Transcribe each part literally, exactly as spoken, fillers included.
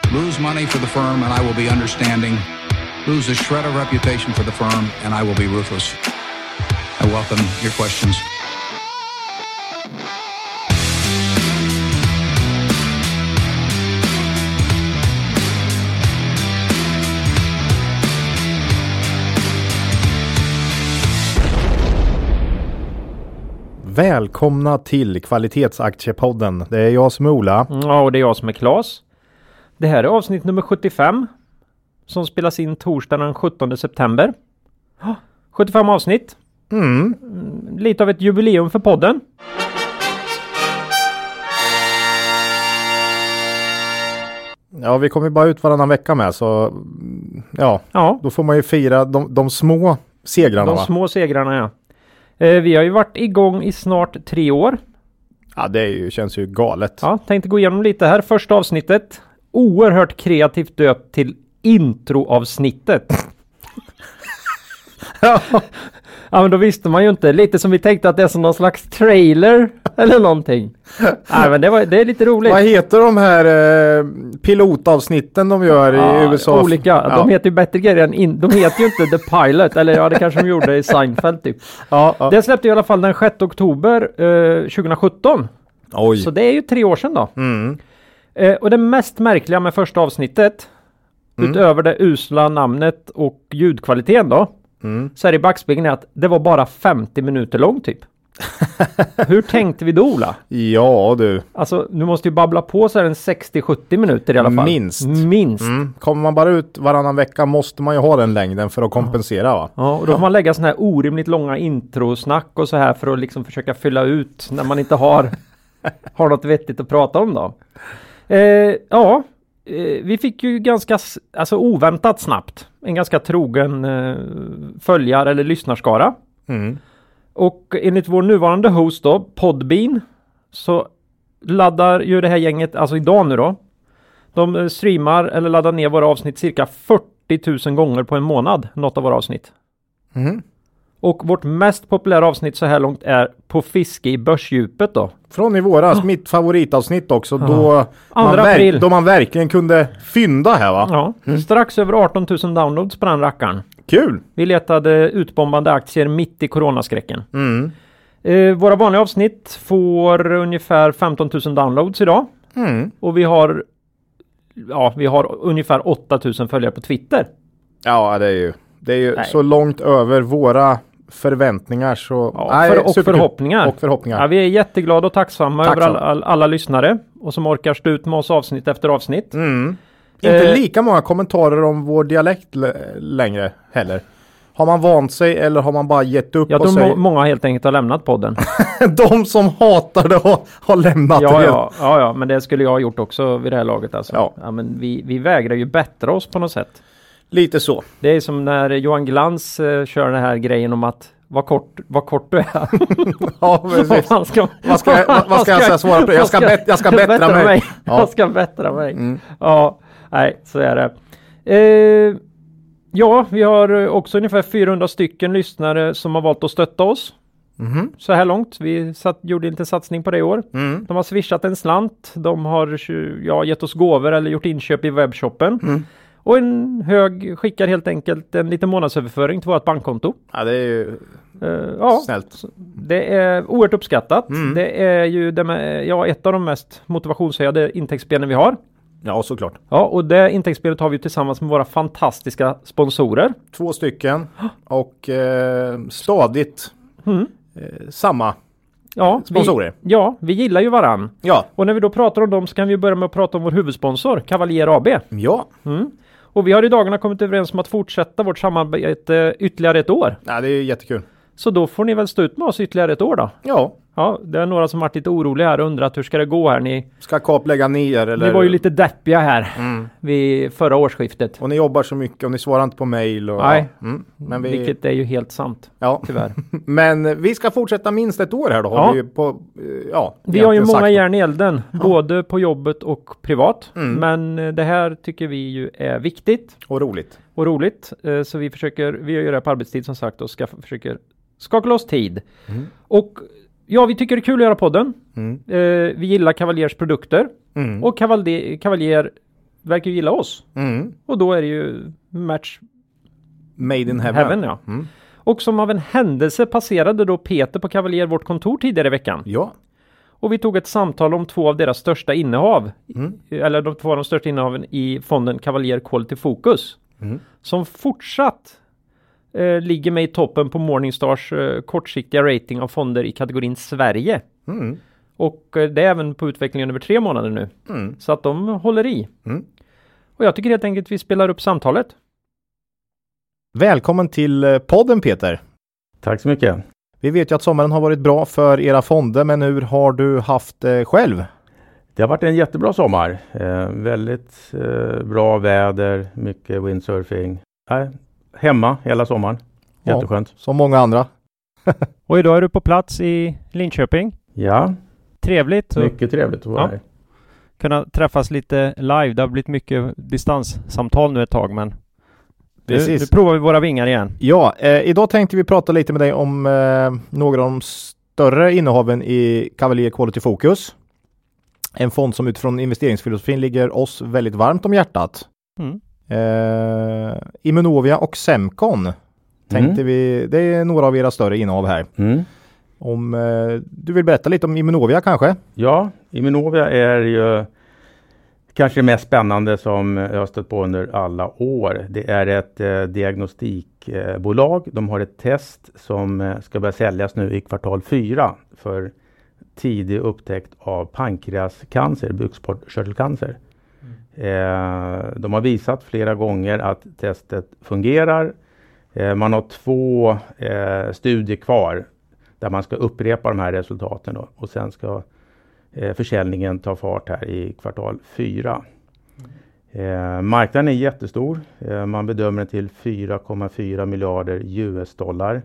Lose money for the firm and I will be understanding. Lose a shred of reputation for the firm and I will be ruthless. I welcome your questions. Välkomna till Kvalitetsaktiepodden. Det är jag som är Ola. Ja, och det är jag som är Claes. Det här är avsnitt nummer sjuttiofem som spelas in torsdagen den sjuttonde september. sjuttiofem avsnitt. Mm. Lite av ett jubileum för podden. Ja, vi kommer bara ut varannan vecka med, så ja, Ja. Då får man ju fira de, de små segrarna. De va? små segrarna, ja. Eh, vi har ju varit igång i snart tre år. Ja, det är ju, känns ju galet. Ja, tänkte gå igenom lite här. Första avsnittet. Oerhört kreativt döpt till introavsnittet. Ja. Ja, men då visste man ju inte. Lite som vi tänkte att det är som någon slags trailer eller någonting. Nej, men det, var, det är lite roligt. Vad heter de här eh, pilotavsnitten de gör Ja, i U S A? olika. Ja. De heter ju bättre grejer än in, de heter ju inte The Pilot. Eller ja, det kanske de gjorde i Seinfeld typ. Ja, ja. Det släppte i alla fall den sjätte oktober eh, tjugosjutton. Oj. Så det är ju tre år sedan då. Mm. Eh, och det mest märkliga med första avsnittet, Mm. utöver det usla namnet och ljudkvaliteten då, Mm. så är det i backspegeln att det var bara femtio minuter lång typ. Hur tänkte vi då, Ola? Ja, du. Alltså, nu måste ju babbla på så här en sextio sjuttio minuter i alla fall. Minst. Minst. Mm. Kommer man bara ut varannan vecka måste man ju ha den längden för att kompensera, va? Ja, och då får man lägga såna här orimligt långa introsnack och så här för att liksom försöka fylla ut när man inte har, har något vettigt att prata om då. Eh, ja, eh, vi fick ju ganska s- alltså oväntat snabbt en ganska trogen eh, följare eller lyssnarskara. Mm. Och enligt vår nuvarande host då, Podbean, så laddar ju det här gänget, alltså idag nu då, de eh, streamar eller laddar ner våra avsnitt cirka fyrtio tusen gånger på en månad, något av våra avsnitt. Mm. Och vårt mest populära avsnitt så här långt är På fiske i börsdjupet då. Från i våras, mitt favoritavsnitt också, då, man Andra april. verk, då man verkligen kunde fynda här, va? Ja, strax över arton tusen downloads på den rackaren. Kul! Vi letade utbombande aktier mitt i coronaskräcken. Mm. Eh, våra vanliga avsnitt får ungefär femton tusen downloads idag. Mm. Och vi har, ja, vi har ungefär åtta tusen följare på Twitter. Ja, det är ju, det är ju Nej. så långt över våra förväntningar så... Ja, Nej, för, och superkul. förhoppningar. Och förhoppningar. Ja, vi är jätteglada och tacksamma Tacksam. över alla, alla, alla lyssnare. Och som orkar stå ut med oss avsnitt efter avsnitt. Mm. Inte Eh. lika många kommentarer om vår dialekt l- längre heller. Har man vant sig eller har man bara gett upp Jag och tror säger... må- många helt enkelt har lämnat podden. De som hatar det har, har lämnat Ja, det. ja, ja, ja, men det skulle jag ha gjort också vid det här laget. Alltså. Ja. Ja, men vi, vi vägrar ju bättra oss på något sätt. Lite så. Det är som när Johan Glans eh, kör den här grejen om att vad kort, vad kort du är. Ja, precis. Vad ska, Vad ska, vad, vad ska jag svara på? Jag ska, bet, jag ska bättra mig. Ja. Jag ska bättra mig. Mm. Ja, nej, så är det. Eh, ja, vi har också ungefär fyrahundra stycken lyssnare som har valt att stötta oss. Mhm. Så här långt. Vi satt, gjorde inte satsning på det i år. Mm. De har swishat en slant. De har tju- ja, gett oss gåvor eller gjort inköp i webbshoppen. Mm. Och en hög skickar helt enkelt en liten månadsöverföring till vårt bankkonto. Ja, det är ju Eh, ja, snällt. det är oerhört uppskattat. Mm. Det är ju det med, ja, ett av de mest motivationshöjande intäktsbenen vi har. Ja, såklart. Ja, och det intäktsbenet har vi tillsammans med våra fantastiska sponsorer. Två stycken och eh, stadigt Mm. eh, samma Ja, sponsorer. Vi, ja, vi gillar ju varann. Ja. Och när vi då pratar om dem så kan vi börja med att prata om vår huvudsponsor, Cavalier A B. Ja. Mm. Och vi har i dagarna kommit överens om att fortsätta vårt samarbete ytterligare ett år. Ja, det är jättekul. Så då får ni väl stå ut med oss ytterligare ett år då. Ja. Ja, det är några som varit lite oroliga här och undrat hur ska det gå här. Ni, Ska Kap lägga ner eller? ni var ju lite deppiga här Mm. vid förra årsskiftet. Och ni jobbar så mycket och ni svarar inte på mejl. Och, Nej. Ja. Mm. Men vi, Vilket är ju helt sant, ja. tyvärr. Men vi ska fortsätta minst ett år här då. Ja. Har vi, på, eh, ja, Vi har ju egentligen många sagt. järn i elden, både på jobbet och privat. Mm. Men eh, det här tycker vi ju är viktigt Och roligt. och roligt. Eh, Så vi försöker, vi gör det på arbetstid som sagt och ska, försöker skaka loss tid. Mm. Och ja, vi tycker det är kul att göra podden. Mm. Eh, vi gillar Cavaliers produkter. Mm. Och Cavalier, Cavalier verkar ju gilla oss. Mm. Och då är det ju match Made in heaven. heaven ja. Mm. Och som av en händelse passerade då Peter på Cavalier vårt kontor tidigare i veckan. Ja. Och vi tog ett samtal om två av deras största innehav. Mm. Eller de två av de största innehaven i fonden Cavalier Quality Focus. Mm. Som fortsatt eh, ligger med i toppen på Morningstars eh, kortsiktiga rating av fonder i kategorin Sverige. Mm. Och eh, det är även på utvecklingen över tre månader nu. Mm. Så att de håller i. Mm. Och jag tycker helt enkelt att vi spelar upp samtalet. Välkommen till eh, podden Peter. Tack så mycket. Vi vet ju att sommaren har varit bra för era fonder, men hur har du haft det själv? Det har varit en jättebra sommar. Eh, väldigt eh, bra väder, mycket windsurfing. Eh, hemma hela sommaren. Jätteskönt. Ja, som många andra. Och idag är du på plats i Linköping. Ja, Trevligt. mycket trevligt att vara Ja. här. Kunna träffas lite live. Det har blivit mycket distanssamtal nu ett tag, men nu, Precis. nu provar vi våra vingar igen. Ja, eh, idag tänkte vi prata lite med dig om eh, några av de större innehaven i Cavalier Quality Focus. En fond som utifrån investeringsfilosofin ligger oss väldigt varmt om hjärtat. Mm. Eh, Immunovia och Semcon tänkte Mm. vi, det är några av era större innehav här. Mm. Om eh, du vill berätta lite om Immunovia kanske? Ja, Immunovia är ju kanske det mest spännande som jag har stött på under alla år. Det är ett eh, diagnostikbolag. De har ett test som eh, ska börja säljas nu i kvartal fyra för tidig upptäckt av pankreascancer, bukspottkörtelcancer. Eh, de har visat flera gånger att testet fungerar. Eh, man har två eh, studier kvar där man ska upprepa de här resultaten då, och sen ska eh, försäljningen ta fart här i kvartal fyra. Eh, marknaden är jättestor. Eh, man bedömer den till fyra komma fyra miljarder U S-dollar.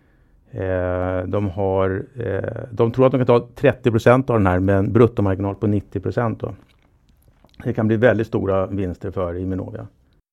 Eh, de, har, eh, de tror att de kan ta trettio procent av den här med en bruttomarginal på nittio procent. Då. Det kan bli väldigt stora vinster för Immunovia.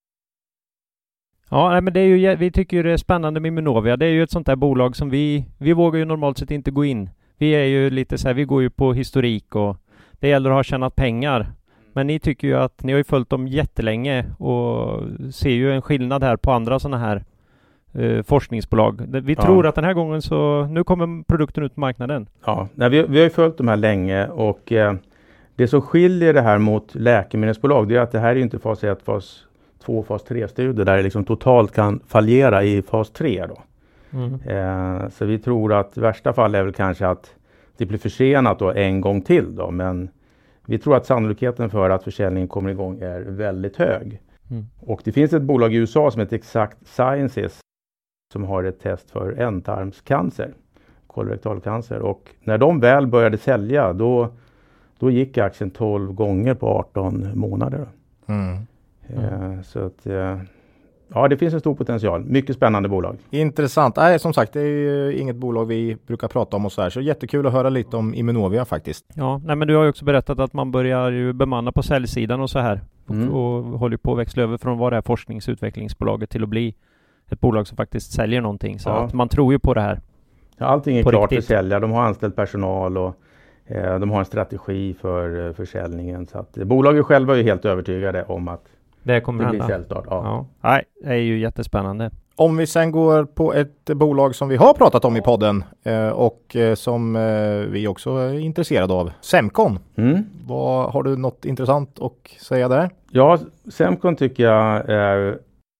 Ja, nej, men det är ju, vi tycker ju det är spännande med Immunovia. Det är ju ett sånt där bolag som vi, vi vågar ju normalt sett inte gå in. Vi är ju lite så här, vi går ju på historik och det gäller att ha tjänat pengar. Men ni tycker ju att ni har ju följt dem jättelänge och ser ju en skillnad här på andra sådana här eh, forskningsbolag. Vi Ja. tror att den här gången så, nu kommer produkten ut på marknaden. Ja, nej, vi, vi har ju följt de här länge och eh, det som skiljer det här mot läkemedelsbolag, det är att det här är ju inte fas ett, fas två, fas tre studier där det liksom totalt kan fallera i fas tre då. Mm. Eh, så vi tror att värsta fall är väl kanske att det blir försenat då en gång till då, men vi tror att sannolikheten för att försäljningen kommer igång är väldigt hög. Mm. Och det finns ett bolag i U S A som heter Exact Sciences som har ett test för ändtarmscancer, kolorektalcancer, och när de väl började sälja då, då gick aktien tolv gånger på arton månader. Mm. Eh, så att eh, ja, det finns en stor potential. Mycket spännande bolag. Intressant. Nej, som sagt, det är ju inget bolag vi brukar prata om och så här. Så jättekul att höra lite om Immunovia faktiskt. Ja, nej, men du har ju också berättat att man börjar ju bemanna på säljsidan och så här. Mm. Och, och håller på att växla över från att vara det här forsknings- och utvecklingsbolaget till att bli ett bolag som faktiskt säljer någonting. Så Ja. att man tror ju på det här. Ja, allting är På klart riktigt. för säljare. De har anställt personal och eh, de har en strategi för eh, försäljningen. Så att, eh, bolaget själva är ju helt övertygade om att Det kommer det blir hända. säljstart. Ja. Ja. Nej, det är ju jättespännande. Om vi sen går på ett bolag som vi har pratat om i podden eh, och eh, som eh, vi också är intresserade av. Semcon. Mm. Vad, har du något intressant att säga där? Ja, Semcon tycker jag eh,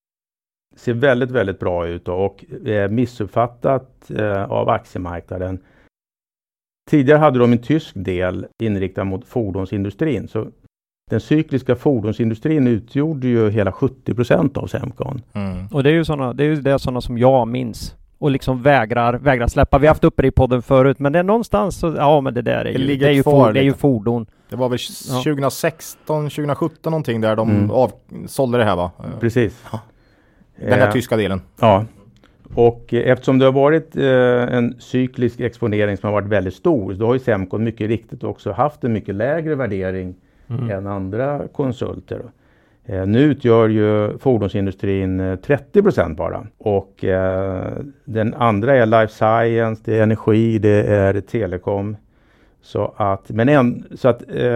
ser väldigt, väldigt bra ut då, och är missuppfattat eh, av aktiemarknaden. Tidigare hade de en tysk del inriktad mot fordonsindustrin. Så den cykliska fordonsindustrin utgjorde ju hela sjuttio procent av Semcon. Mm. Och det är ju sådana, det är ju det sådana som jag minns. Och liksom vägrar, vägrar släppa. Vi har haft uppe det i podden förut. Men det är någonstans så, ja men det där är Det ju, ligger det är ju, kvar for, det är ju lite. fordon. Det var väl Ja. tjugohundrasexton tjugohundrasjutton någonting där de Mm. av, sålde det här va? Precis. Den här Eh, tyska delen. Ja, och eh, eftersom det har varit eh, en cyklisk exponering som har varit väldigt stor, då har ju Semcon mycket riktigt också haft en mycket lägre värdering Mm. än andra konsulter. Eh, nu utgör ju fordonsindustrin eh, trettio procent bara, och eh, den andra är life science, det är energi, det är telekom. Så att, men en, så att eh,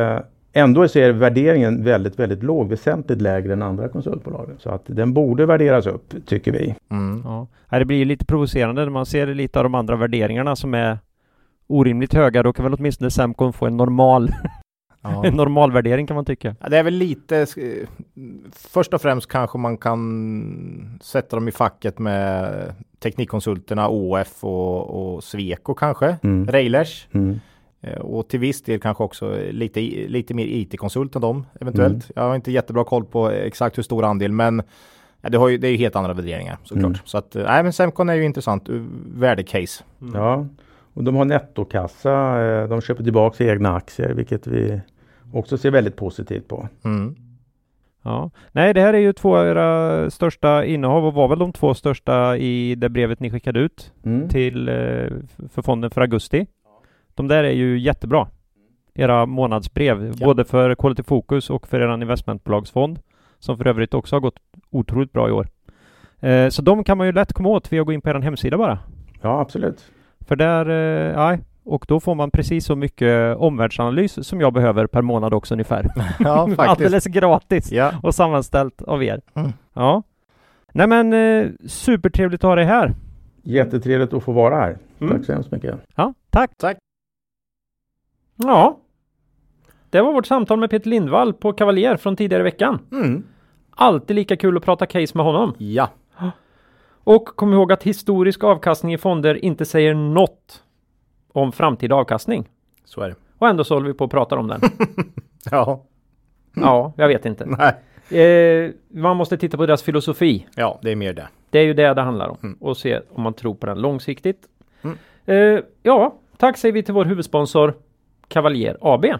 Ändå så är värderingen väldigt, väldigt låg, väsentligt lägre än andra konsultbolag. Så att den borde värderas upp, tycker vi. Mm. Ja. Det blir lite provocerande när man ser lite av de andra värderingarna som är orimligt höga. Då kan väl åtminstone Semcon få en normal, ja. en normal värdering kan man tycka. Ja, det är väl lite, först och främst kanske man kan sätta dem i facket med teknikkonsulterna, O F och, och Sweco kanske, mm. Railers. Mm. Och till viss del kanske också lite, lite mer I T-konsult än dem eventuellt. Mm. Jag har inte jättebra koll på exakt hur stor andel, men ja, det, har ju, det är ju helt andra värderingar såklart. Mm. Så att, nej men Semcon är ju intressant värdecase. Mm. Ja, och de har nettokassa, de köper tillbaka egna aktier, vilket vi också ser väldigt positivt på. Mm. Ja, nej det här är ju två av era största innehav och var väl de två största i det brevet ni skickade ut mm. till för fonden för augusti. De där är ju jättebra. Era månadsbrev, ja. Både för Quality Focus och för er investmentbolagsfond, som för övrigt också har gått otroligt bra i år. Eh, så de kan man ju lätt komma åt via att gå in på er hemsida bara. Ja, absolut. För där, eh, ja, och då får man precis så mycket omvärldsanalys som jag behöver per månad också ungefär. Ja, faktiskt. Alldeles gratis ja. Och sammanställt av er. Mm. Ja. Nej men, eh, supertrevligt att ha dig här. Jättetrevligt att få vara här. Mm. Tack så hemskt mycket. Ja, tack. Tack. Ja, det var vårt samtal med Peter Lindvall på Cavalier från tidigare i veckan. Mm. Alltid lika kul att prata case med honom. Ja. Och kom ihåg att historisk avkastning i fonder inte säger något om framtida avkastning. Så är det. Och ändå så håller vi på att prata om den. Ja. Ja, jag vet inte. Nej. Eh, man måste titta på deras filosofi. Ja, det är mer det. Det är ju det det handlar om. Mm. Och se om man tror på den långsiktigt. Mm. Eh, ja, tack säger vi till vår huvudsponsor Cavalier A B.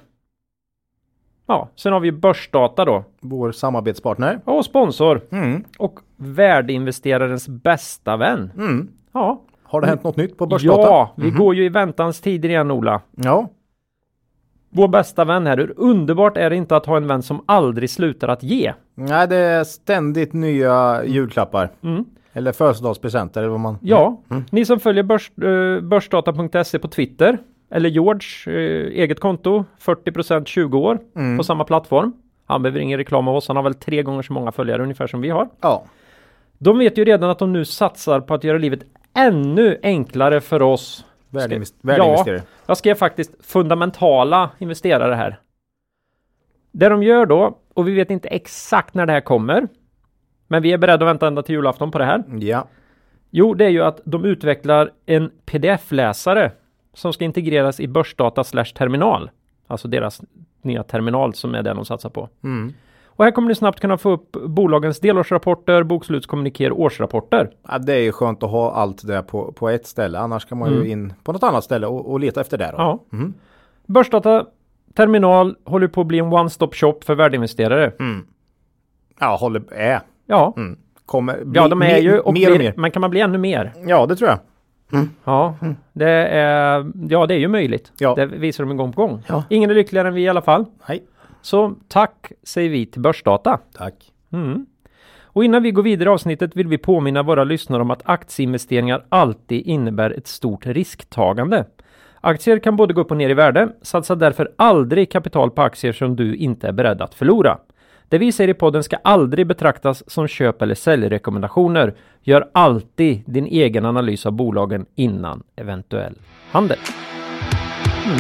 Ja, sen har vi Börsdata då. Vår samarbetspartner. Och sponsor. Mm. Och värdeinvesterarens bästa vän. Mm. Ja. Har det hänt något nytt på Börsdata? Ja, vi mm-hmm. går ju i väntans tider igen, Ola. Ja. Vår bästa vän här. Hur underbart är det inte att ha en vän som aldrig slutar att ge? Nej, det är ständigt nya julklappar. Mm. Eller födelsedagspresenter eller vad man... Ja, mm. ni som följer börs, uh, börsdata punkt se på Twitter. Eller George, uh, eget konto. fyrtio procent tjugo år mm. på samma plattform. Han behöver ingen reklam av oss. Han har väl tre gånger så många följare ungefär som vi har. Ja. De vet ju redan att de nu satsar på att göra livet ännu enklare för oss. Värdeinvest- värdeinvesterare. Ja, jag skrev faktiskt fundamentala investerare här. Det de gör då, och vi vet inte exakt när det här kommer. Men vi är beredda att vänta ända till julafton på det här. Ja. Jo, det är ju att de utvecklar en P D F-läsare som ska integreras i Börsdata slash terminal. Alltså deras nya terminal som är det de satsar på. Mm. Och här kommer ni snabbt kunna få upp bolagens delårsrapporter, bokslutskommuniker och årsrapporter. Ja, det är ju skönt att ha allt det på, på ett ställe. Annars kan man mm. ju in på något annat ställe och, och leta efter det då. Ja. Mm. Börsdata terminal håller på att bli en one-stop shop för värdeinvesterare. Mm. Ja, håller är. Ja. Mm. Kommer bli, ja, de är ju och mer och blir, mer. Men kan man bli ännu mer? Ja, det tror jag. Mm. Ja, det är, ja, det är ju möjligt. Ja. Det visar de en gång på gång. Ja. Ingen är lyckligare än vi i alla fall. Nej. Så tack säger vi till Börsdata. Tack. Mm. Och innan vi går vidare i avsnittet vill vi påminna våra lyssnare om att aktieinvesteringar alltid innebär ett stort risktagande. Aktier kan både gå upp och ner i värde. Satsa därför aldrig kapital på aktier som du inte är beredd att förlora. Det vi säger i podden ska aldrig betraktas som köp- eller säljrekommendationer. Gör alltid din egen analys av bolagen innan eventuell handel. Mm.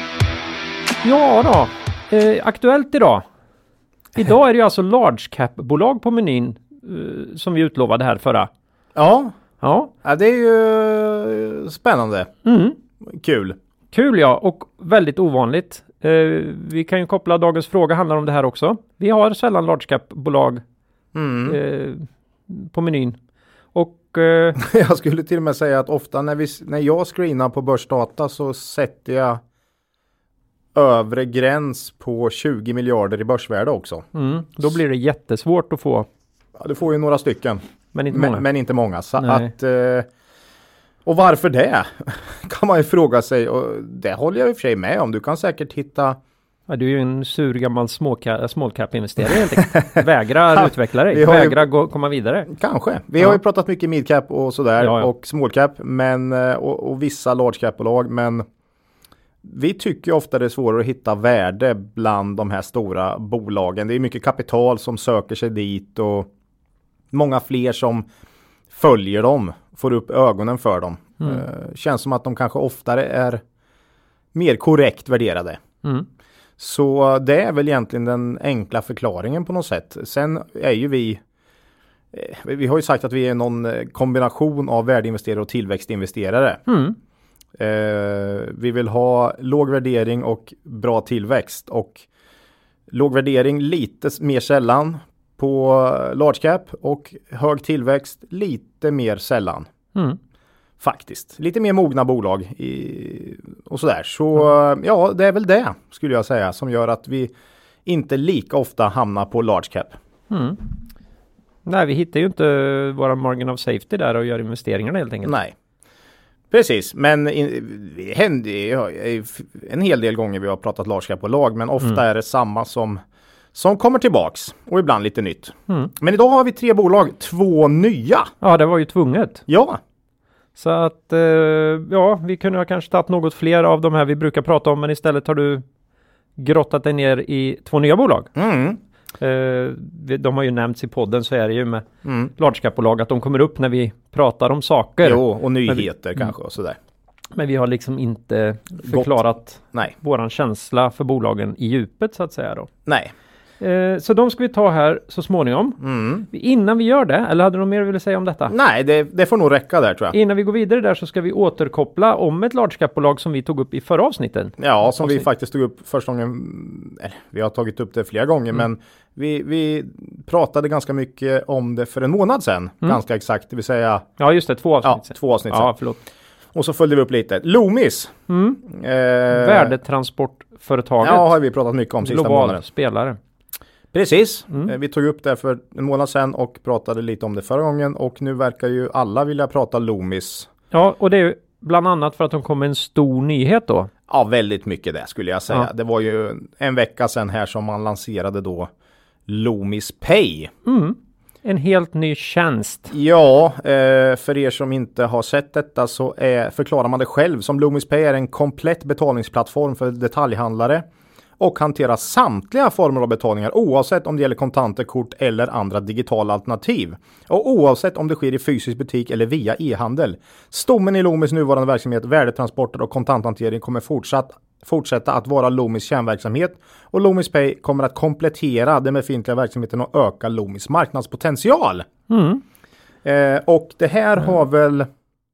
Ja då. Eh, aktuellt idag. Idag är det ju alltså large cap-bolag på menyn eh, som vi utlovade här förra. Ja. Ja. Ja, det är ju spännande. Mm. Kul. Kul ja, och väldigt ovanligt. Eh, vi kan ju koppla dagens fråga handlar om det här också. Vi har sällan large cap-bolag mm. eh, på menyn. Och eh, jag skulle till och med säga att ofta när, vi, när jag screenar på Börsdata så sätter jag övre gräns på tjugo miljarder i börsvärde också. Mm, då blir det jättesvårt att få. Ja, du får ju några stycken. Men inte många. Men, men inte många. Så att, eh, och varför det? Kan man ju fråga sig. Och det håller jag i och för sig med om. Du kan säkert hitta... Ja, du är ju en sur gammal small cap-investerare helt enkelt. Vägrar ja, utveckla dig. Vägrar ju... gå, komma vidare. Kanske. Vi ja. har ju pratat mycket midcap och sådär. Ja, ja. Och small cap. Men, och, och vissa large cap-bolag. Men vi tycker ofta det är svårare att hitta värde bland de här stora bolagen. Det är mycket kapital som söker sig dit och många fler som följer dem, får upp ögonen för dem. Mm. Uh, känns som att de kanske oftare är mer korrekt värderade. Mm. Så det är väl egentligen den enkla förklaringen på något sätt. Sen är ju vi, vi har ju sagt att vi är någon kombination av värdeinvesterare och tillväxtinvesterare. Mm. Uh, vi vill ha låg värdering och bra tillväxt. Och låg värdering lite mer sällan på large cap och hög tillväxt lite mer sällan. Mm. Faktiskt. Lite mer mogna bolag i, och sådär. Så mm. ja, det är väl det skulle jag säga som gör att vi inte lika ofta hamnar på large cap. Mm. Nej, vi hittar ju inte våra margin of safety där och gör investeringarna helt enkelt. Nej. Precis, men det händer en hel del gånger vi har pratat large cap-bolag, men ofta mm. är det samma som Som kommer tillbaks och ibland lite nytt. Mm. Men idag har vi tre bolag, två nya. Ja, det var ju tvunget. Ja. Så att, eh, ja, vi kunde ha kanske tagit något fler av de här vi brukar prata om. Men istället har du grottat dig ner i två nya bolag. Mm. Eh, de har ju nämnts i podden, så är det ju med mm. large cap-bolag att de kommer upp när vi pratar om saker. Jo, och nyheter vi, kanske och sådär. Men vi har liksom inte förklarat Nej. våran känsla för bolagen i djupet så att säga då. Nej. Så de ska vi ta här så småningom. Mm. Innan vi gör det, eller hade du något mer du ville säga om detta? Nej, det, det får nog räcka där tror jag. Innan vi går vidare där så ska vi återkoppla om ett large cap-bolag som vi tog upp i förra avsnitten. Ja, som Avsnitt. vi faktiskt tog upp första gången. Eh, vi har tagit upp det flera gånger, mm. men vi, vi pratade ganska mycket om det för en månad sedan. Mm. Ganska exakt, det vill säga... Ja, just det, två avsnitt ja, sedan. Två avsnitt sedan. Ja, förlåt. Och så följde vi upp lite. Loomis. Mm. Eh, Värdetransportföretaget. Ja, har vi pratat mycket om sista månaden. Global spelare. Precis, mm. vi tog upp det för en månad sedan och pratade lite om det förra gången och nu verkar ju alla vilja prata Loomis. Ja, och det är ju bland annat för att de kom med en stor nyhet då. Ja, väldigt mycket det skulle jag säga. Ja. Det var ju en vecka sedan här som man lanserade då Loomis Pay. Mm. En helt ny tjänst. Ja, eh, för er som inte har sett detta så är, förklarar man det själv som Loomis Pay är en komplett betalningsplattform för detaljhandlare. Och hanterar samtliga former av betalningar oavsett om det gäller kontanter, kort eller andra digitala alternativ. Och oavsett om det sker i fysisk butik eller via e-handel. Stommen i Loomis nuvarande verksamhet, värdetransporter och kontanthantering kommer fortsatt, fortsätta att vara Loomis kärnverksamhet. Och Loomis Pay kommer att komplettera den befintliga verksamheten och öka Loomis marknadspotential. Mm. Eh, och det här mm. har väl...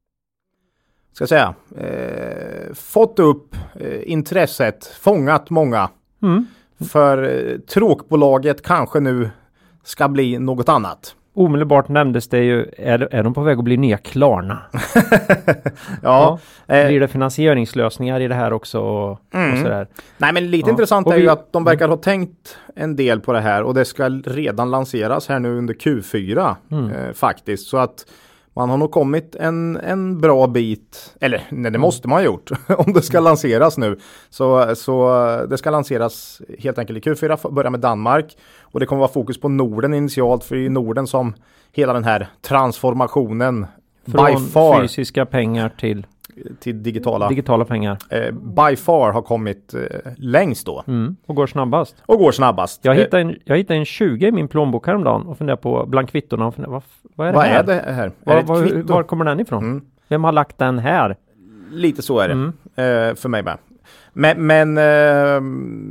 ska jag säga, eh, fått upp eh, intresset, fångat många. Mm. För eh, tråkbolaget kanske nu ska bli något annat. Omedelbart nämndes det ju, är, är de på väg att bli nya Klarna? ja. ja. Eh, blir det finansieringslösningar i det här också? Och, mm. och sådär? Nej, men lite ja. intressant och är vi, ju att de verkar mm. ha tänkt en del på det här. Och det ska redan lanseras här nu under Q fyra mm. eh, faktiskt. Så att man har nog kommit en, en bra bit, eller nej, det måste man ha gjort om det ska lanseras nu. Så, så det ska lanseras helt enkelt i Q fyra, börja med Danmark. Och det kommer vara fokus på Norden initialt, för det är Norden som hela den här transformationen från by far, fysiska pengar till, till digitala, digitala pengar. Eh, by far har kommit eh, längst då. Mm. Och går snabbast. Och går snabbast. Jag hittade en, jag hittade en tjugo i min plånbok häromdagen och funderade på bland kvittorna. Och funderade, vad, vad är det vad här? Är det här? Var, är det var, var kommer den ifrån? Mm. Vem har lagt den här? Lite så är det. Mm. Eh, för mig med. Men, men eh,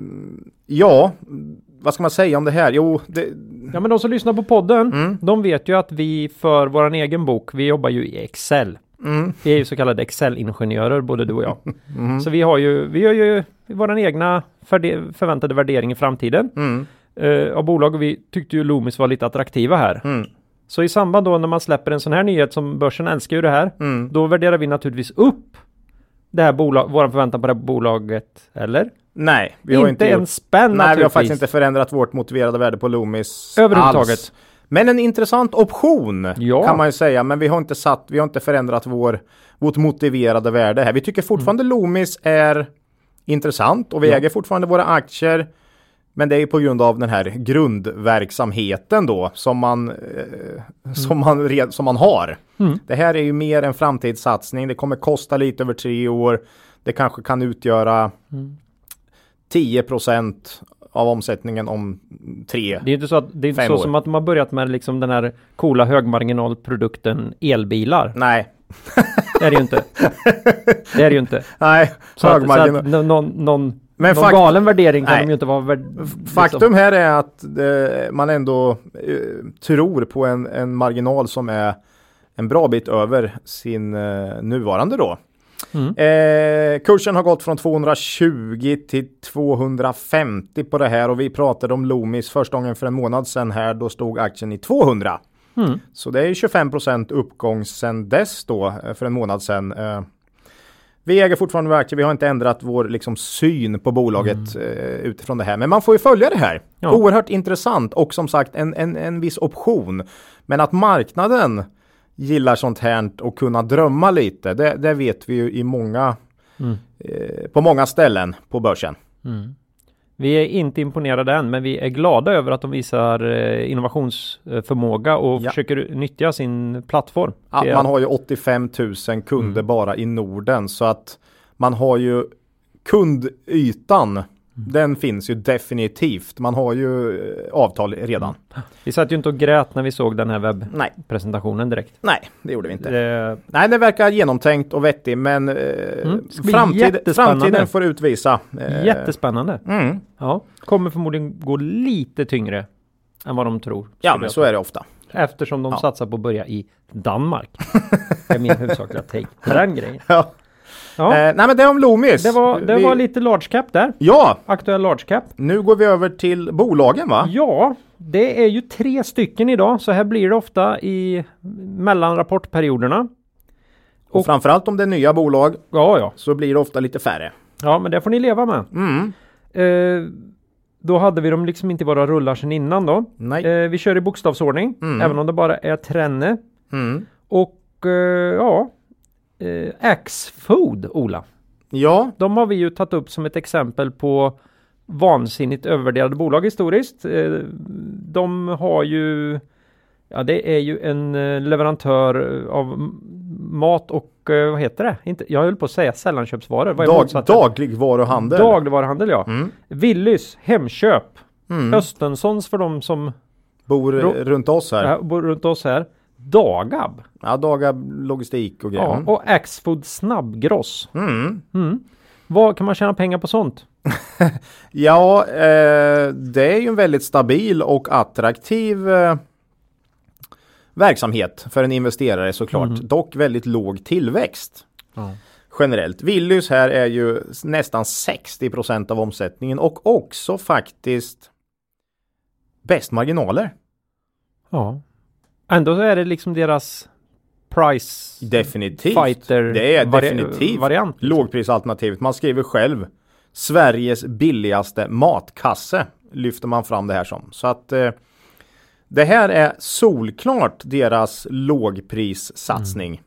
ja, vad ska man säga om det här? Jo, det... Ja, men de som lyssnar på podden, mm. de vet ju att vi för vår egen bok, vi jobbar ju i Excel. Mm. Vi är ju så kallade Excel-ingenjörer, både du och jag. Mm. Så vi har ju, vi gör ju vår egna förde- förväntade värdering i framtiden mm. uh, av bolag, och vi tyckte ju Loomis var lite attraktiva här. Mm. Så i samband då när man släpper en sån här nyhet, som börsen älskar ju det här, mm. då värderar vi naturligtvis upp det här bolag, vår förväntan på det här bolaget, eller? Nej, vi inte har inte en gjort... spänn. Nej, vi har faktiskt inte förändrat vårt motiverade värde på Loomis överhuvudtaget. Alls. Men en intressant option ja. kan man ju säga, men vi har inte satt, vi har inte förändrat vår, vårt motiverade värde här. Vi tycker fortfarande mm. Loomis är intressant och vi ja. äger fortfarande våra aktier, men det är ju på grund av den här grundverksamheten då som man, eh, mm. som man, red, som man har. Mm. Det här är ju mer en framtidssatsning. Det kommer kosta lite över tre år. det kanske kan utgöra Mm. tio procent av omsättningen om tre, Det är inte så, att, det är inte fem så år. som att de har börjat med liksom den här coola högmarginalprodukten elbilar. Nej. Det är det ju inte. Det är det ju inte. Nej, Så att, så högmarginal. att nå- någon, någon, Men någon fakt- galen värdering kan Nej. de ju inte vara. Värd, Faktum liksom. här är att eh, man ändå eh, tror på en, en marginal som är en bra bit över sin eh, nuvarande då. Mm. Eh, kursen har gått från tvåhundratjugo till tvåhundrafemtio på det här och vi pratade om Loomis första gången för en månad sedan här, då stod aktien i tvåhundra. Mm. Så det är tjugofem procent uppgång sedan dess då, eh, för en månad sedan. Eh, vi äger fortfarande våra aktier, vi har inte ändrat vår liksom, syn på bolaget Mm. eh, utifrån det här. Men man får ju följa det här. Ja. Oerhört intressant och som sagt en, en, en viss option. Men att marknaden gillar sånt här och kunna drömma lite, det, det vet vi ju i många, Mm. eh, på många ställen på börsen. Mm. Vi är inte imponerade än, men vi är glada över att de visar eh, innovationsförmåga och Ja. försöker nyttja sin plattform. Ja, Det är- man har ju åttiofem tusen kunder Mm. bara i Norden så att man har ju kundytan, den finns ju definitivt. Man har ju eh, avtal redan. Vi satt ju inte och grät när vi såg den här webbpresentationen Nej, direkt. nej, det gjorde vi inte. Det, Nej, det verkar genomtänkt och vettig, men eh, Mm, det ska bli framtid, jättespännande. framtiden får utvisa. Eh, jättespännande. Mm. Ja, kommer förmodligen gå lite tyngre än vad de tror. Ja, skulle men jag så är det ofta. tro. Eftersom de Ja. satsar på att börja i Danmark. Det är min huvudsakliga take på den grejen. Ja. Ja, Eh, nej, men det är om Loomis. det var, det Vi- var lite large cap där. Ja, Aktuell large cap. nu går vi över till bolagen va? Ja, det är ju tre stycken idag. Så här blir det ofta i mellanrapportperioderna. Och framförallt om det är nya bolag Ja, ja. så blir det ofta lite färre. Ja, men det får ni leva med. Mm. Eh, då hade vi dem liksom inte i våra rullar sedan innan då. Nej. Eh, vi kör i bokstavsordning, Mm. även om det bara är trenne. Mm. Och eh, ja, eh, Axfood, Ola. Ja, De har vi ju tagit upp som ett exempel på vansinnigt övervärderade bolag historiskt. Eh, de har ju, ja det är ju en eh, leverantör av m- mat och eh, vad heter det? Inte, jag höll på att säga sällanköpsvaror. Vad är dag, motsatsen? dagligvaruhandel. Dagligvaruhandel, ja. Mm. Willys, Hemköp, Mm. Östenssons för de som Bor Ro- eh, runt oss här. äh, bor runt oss här. Dagab. Ja, Dagab logistik och grejer. Ja, och Axfood snabbgross. Mm. Mm. Vad kan man tjäna pengar på sånt? Ja, eh, det är ju en väldigt stabil och attraktiv eh, verksamhet för en investerare såklart. Mm. Dock väldigt låg tillväxt Ja. generellt. Willys här är ju nästan sextio procent av omsättningen och också faktiskt bäst marginaler. Ja. Ändå så är det liksom deras price Definitivt. fighter Det är vari- definitivt variant. liksom. lågprisalternativet. Man skriver själv Sveriges billigaste matkasse lyfter man fram det här som. Så att eh, det här är solklart deras lågprissatsning.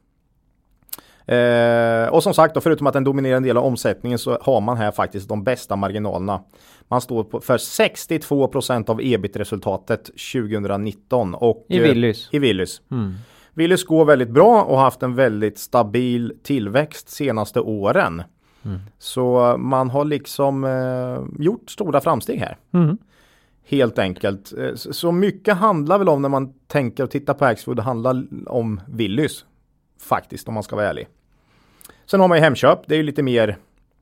Eh, och som sagt då, förutom att den dominerar en del av omsättningen så har man här faktiskt de bästa marginalerna. Man står på för sextiotvå procent av ebit-resultatet tjugonitton. Och, I eh, Willys. I Willys. Mm. Willys går väldigt bra och har haft en väldigt stabil tillväxt senaste åren. Mm. Så man har liksom eh, gjort stora framsteg här. Mm. Helt enkelt. Eh, Så så mycket handlar väl om när man tänker och tittar på Axfood. Det handlar om Willys. Faktiskt om man ska vara ärlig. Sen har man ju Hemköp. Det är ju lite mer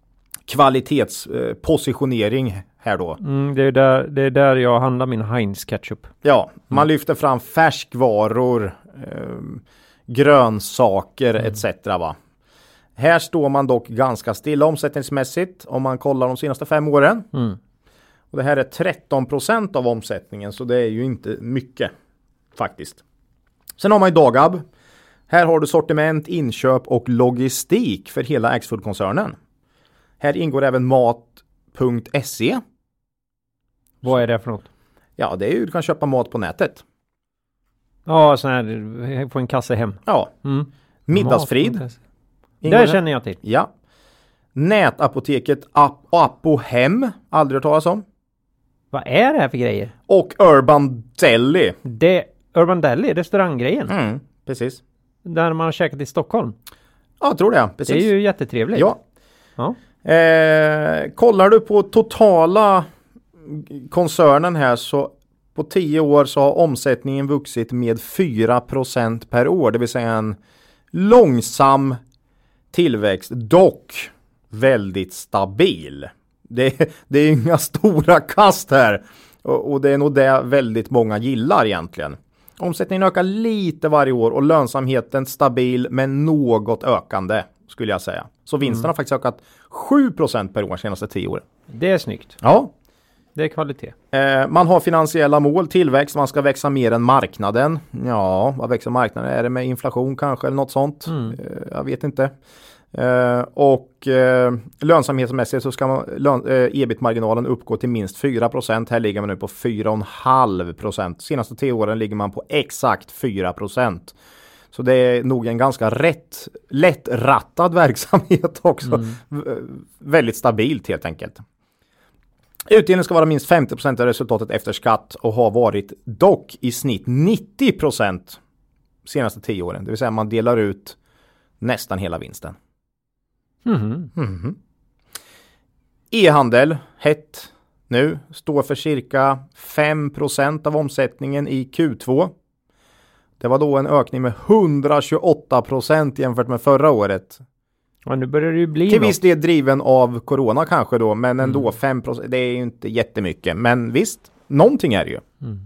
kvalitetspositionering eh, här då. Mm, det, är där, det är där jag handlar min Heinz ketchup. Ja, man lyfter fram färskvaror, eh, grönsaker et cetera. Va? Här står man dock ganska stilla omsättningsmässigt om man kollar de senaste fem åren. Mm. Och det här är tretton procent av omsättningen så det är ju inte mycket faktiskt. Sen har man ju Dagab. Här har du sortiment, inköp och logistik för hela Axfood-koncernen. Här ingår även mat punkt se. Vad är det för något? Ja, det är ju du kan köpa mat på nätet. Ja, sån här, få en kasse hem. Ja, Mm. Middagsfrid. Mat- ingår Det här. känner jag till. Ja. Nätapoteket Ap- Apohem, aldrig hört talas om. Vad är det här för grejer? Och Urban Deli. Det Urban Deli, restauranggrejen. Mm, precis. Där man har käkat i Stockholm. Ja, jag tror det. Precis. Det är ju jättetrevligt. Ja. Ja. Eh, kollar du på totala koncernen här så på tio år så har omsättningen vuxit med fyra procent per år. Det vill säga en långsam tillväxt, dock väldigt stabil. Det, det är inga stora kast här och, och det är nog det väldigt många gillar egentligen. Omsättningen ökar lite varje år och lönsamheten stabil men något ökande skulle jag säga. Så vinsten mm. har faktiskt ökat sju procent per år de senaste tio åren. Det är snyggt. Ja. Det är kvalitet. Eh, man har finansiella mål, tillväxt, man ska växa mer än marknaden. Ja, vad växer marknaden? Är det med inflation kanske eller något sånt? Mm. Eh, jag vet inte. Eh, och eh, lönsamhetsmässigt så ska man, lön, eh, ebit-marginalen uppgå till minst fyra procent. Här ligger man nu på fyra komma fem procent. Senaste tio åren ligger man på exakt fyra procent. Så det är nog en ganska rätt, lättrattad verksamhet också. Mm. V- väldigt stabilt helt enkelt. Utdelningen ska vara minst femtio procent av resultatet efter skatt och har varit dock i snitt nittio procent senaste tio åren. Det vill säga man delar ut nästan hela vinsten. Mm. Mm. E-handel, hett nu, står för cirka fem procent av omsättningen i Q två. Det var då en ökning med hundratjugoåtta procent jämfört med förra året. Ja, nu börjar det ju bli till något. viss del driven av corona kanske då, men ändå mm. fem procent, det är ju inte jättemycket. Men visst, någonting är det ju. Mm.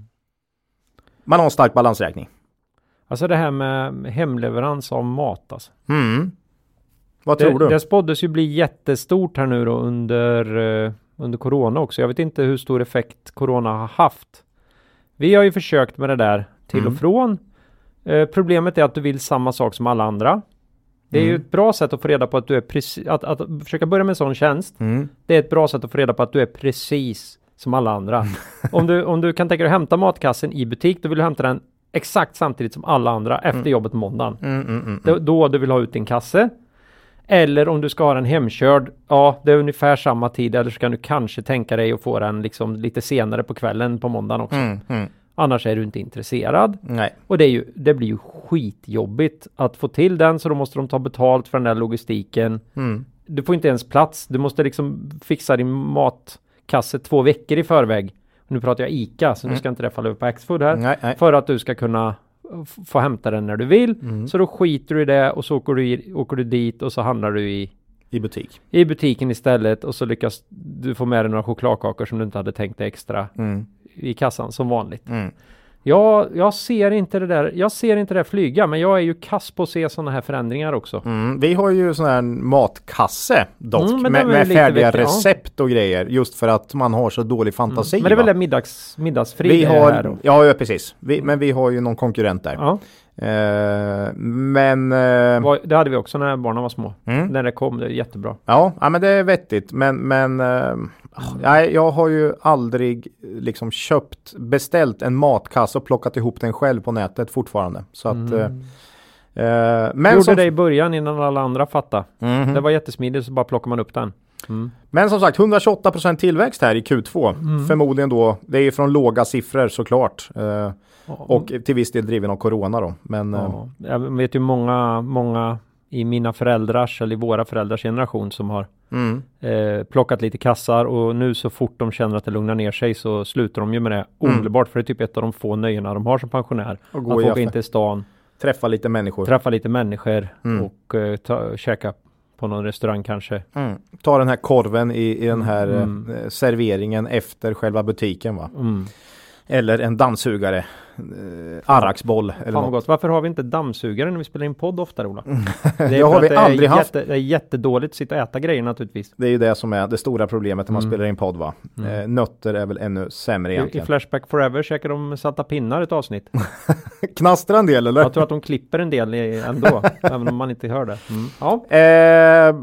Man har en stark balansräkning. Alltså det här med hemleverans av mat alltså. Mm. Vad det, tror du? Det spåddes ju bli jättestort här nu då under, uh, under corona också. Jag vet inte hur stor effekt corona har haft. Vi har ju försökt med det där till mm. och från. Uh, problemet är att du vill samma sak som alla andra. Det är mm. ju ett bra sätt att få reda på att du är precis, att, att försöka börja med en sån tjänst. Mm. Det är ett bra sätt att få reda på att du är precis som alla andra. om, du, om du kan tänka dig att hämta matkassen i butik, då vill du hämta den exakt samtidigt som alla andra efter mm. jobbet på måndagen. Mm, mm, mm, mm. Då, då du vill ha ut din kasse. Eller om du ska ha den hemkörd, ja det är ungefär samma tid. Eller så kan du kanske tänka dig att få den liksom lite senare på kvällen på måndagen också. Mm, mm. Annars är du inte intresserad. Nej. Och det, är ju, det blir ju skitjobbigt att få till den. Så då måste de ta betalt för den där logistiken. Mm. Du får inte ens plats. Du måste liksom fixa din matkasse två veckor i förväg. Nu pratar jag ICA, så mm. nu ska inte det falla över på Axfood här. Nej, nej. För att du ska kunna f- få hämta den när du vill. Mm. Så då skiter du i det och så åker du, i, åker du dit och så handlar du i... I butik. I butiken istället. Och så lyckas du få med dig några chokladkakor som du inte hade tänkt dig extra. Mm. I kassan som vanligt. Mm. Jag, jag ser inte det där jag ser inte det flyga, men jag är ju kass på att se sådana här förändringar också. Mm. Vi har ju sån här matkasse dock mm, med, med vecka, färdiga recept ja. och grejer just för att man har så dålig fantasi. Mm. Men det är väl det middags, middagsfri vi har, här då? Ja, ja precis. Vi, men vi har ju någon konkurrent där. Ja. Uh, men uh, det hade vi också när barnen var små. Mm. När det kom, det är jättebra. Ja, ja men det är vettigt. Men, men uh, nej, jag har ju aldrig liksom köpt, beställt en matkasse och plockat ihop den själv på nätet fortfarande. Så att mm. uh, uh, men gjorde som, det i början innan alla andra fattade. Mm-hmm. Det var jättesmidigt, så bara plockar man upp den. Mm. Men som sagt, hundratjugoåtta procent tillväxt här i Q två. Mm. Förmodligen då, det är ju från låga siffror såklart. Uh, Och till viss del driven av corona då. Men, ja. Jag vet ju många, många i mina föräldrars eller i våra föräldrars generation som har mm. eh, plockat lite kassar och nu så fort de känner att det lugnar ner sig så slutar de ju med det mm. omedelbart, för det är typ ett av de få nöjena de har som pensionär. Och gå att åka in till stan. Träffa lite människor. Träffa lite människor mm. och eh, ta, käka på någon restaurang kanske. Mm. Ta den här korven i, i den här mm. eh, serveringen efter själva butiken va? Mm. Eller en dammsugare. Eh, Arraksboll. Eller Fan gott. Varför har vi inte dammsugare när vi spelar in podd oftare, Ola? Det, det har vi det aldrig jätte, haft. Det är jättedåligt att sitta och äta grejer naturligtvis. Det är ju det som är det stora problemet när man mm. spelar in podd va? Mm. Eh, nötter är väl ännu sämre egentligen. I, i Flashback Forever käkar de salta pinnar ett avsnitt. Knastrar en del eller? Jag tror att de klipper en del ändå. Även om man inte hör det. Mm. Ja. Eh,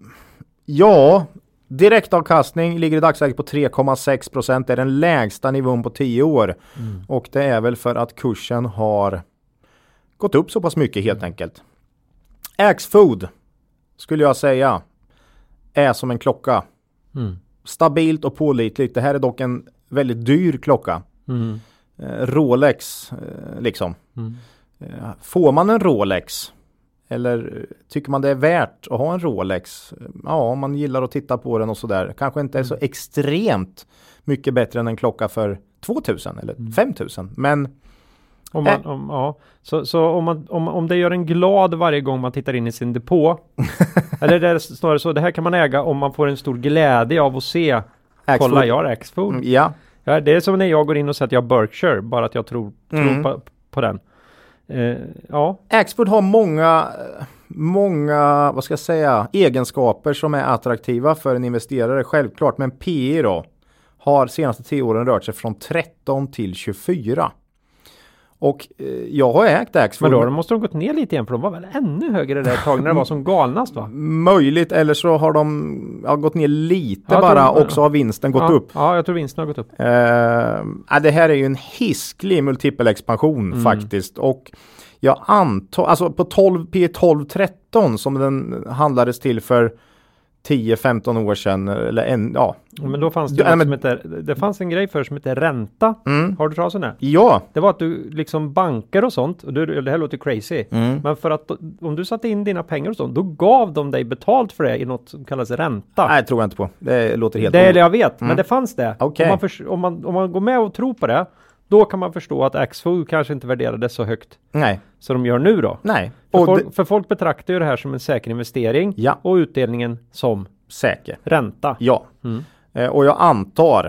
ja. Direktavkastning ligger i dagsläget på tre komma sex procent. Det är den lägsta nivån på tio år. Mm. Och det är väl för att kursen har gått upp så pass mycket helt mm. enkelt. Axfood skulle jag säga är som en klocka. Mm. Stabilt och pålitligt. Det här är dock en väldigt dyr klocka. Mm. Eh, Rolex eh, liksom. Mm. Eh, får man en Rolex Eller tycker man det är värt att ha en Rolex? Ja, om man gillar att titta på den och sådär. Kanske inte är så extremt mycket bättre än en klocka för tvåtusen eller mm. femtusen. Men om, man, äh, om, ja. så, så om, man, om, om det gör en glad varje gång man tittar in i sin depå. Eller det är snarare så, det här kan man äga om man får en stor glädje av att se. Axfood. Kolla, jag har Axfood. Mm, ja. Ja, det är som när jag går in och säger att jag har Berkshire. Bara att jag tror, mm. tror på, på den. Uh, ja. Axfood har många, många, vad ska jag säga, egenskaper som är attraktiva för en investerare, självklart. Men P E då har senaste tio åren rört sig från tretton till tjugofyra. Och eh, jag har ägt Axfood. Men då måste de gått ner lite igen, för de var väl ännu högre där ett tag när det var som galnast, va? Möjligt, eller så har de ja, gått ner lite ja, bara tror, och så har vinsten gått ja, upp. Ja, jag tror vinsten har gått upp. Eh, ja, det här är ju en hisklig multipelexpansion mm. faktiskt. Och jag antar, alltså på tolv P tolv tretton som den handlades till för tio femton år sedan eller en, ja. Men då fanns det ju ja, men, som heter, det fanns en grej för som heter ränta. Mm. Har du talat om det? Ja. Det var att du liksom banker och sånt, och du, det här låter crazy. Mm. Men för att om du satte in dina pengar och sånt, då gav de dig betalt för det i något som kallas ränta. Nej, tror jag inte på. Det låter helt Det är det jag vet, mm. men det fanns det. Okay. Om, man för, om, man, om man går med och tror på det, då kan man förstå att Axfood kanske inte värderade så högt. Nej. Så de gör nu då. Nej. För, och folk, det... för folk betraktar ju det här som en säker investering. Ja. Och utdelningen som säker. Ränta. Ja. Mm. Eh, och jag antar,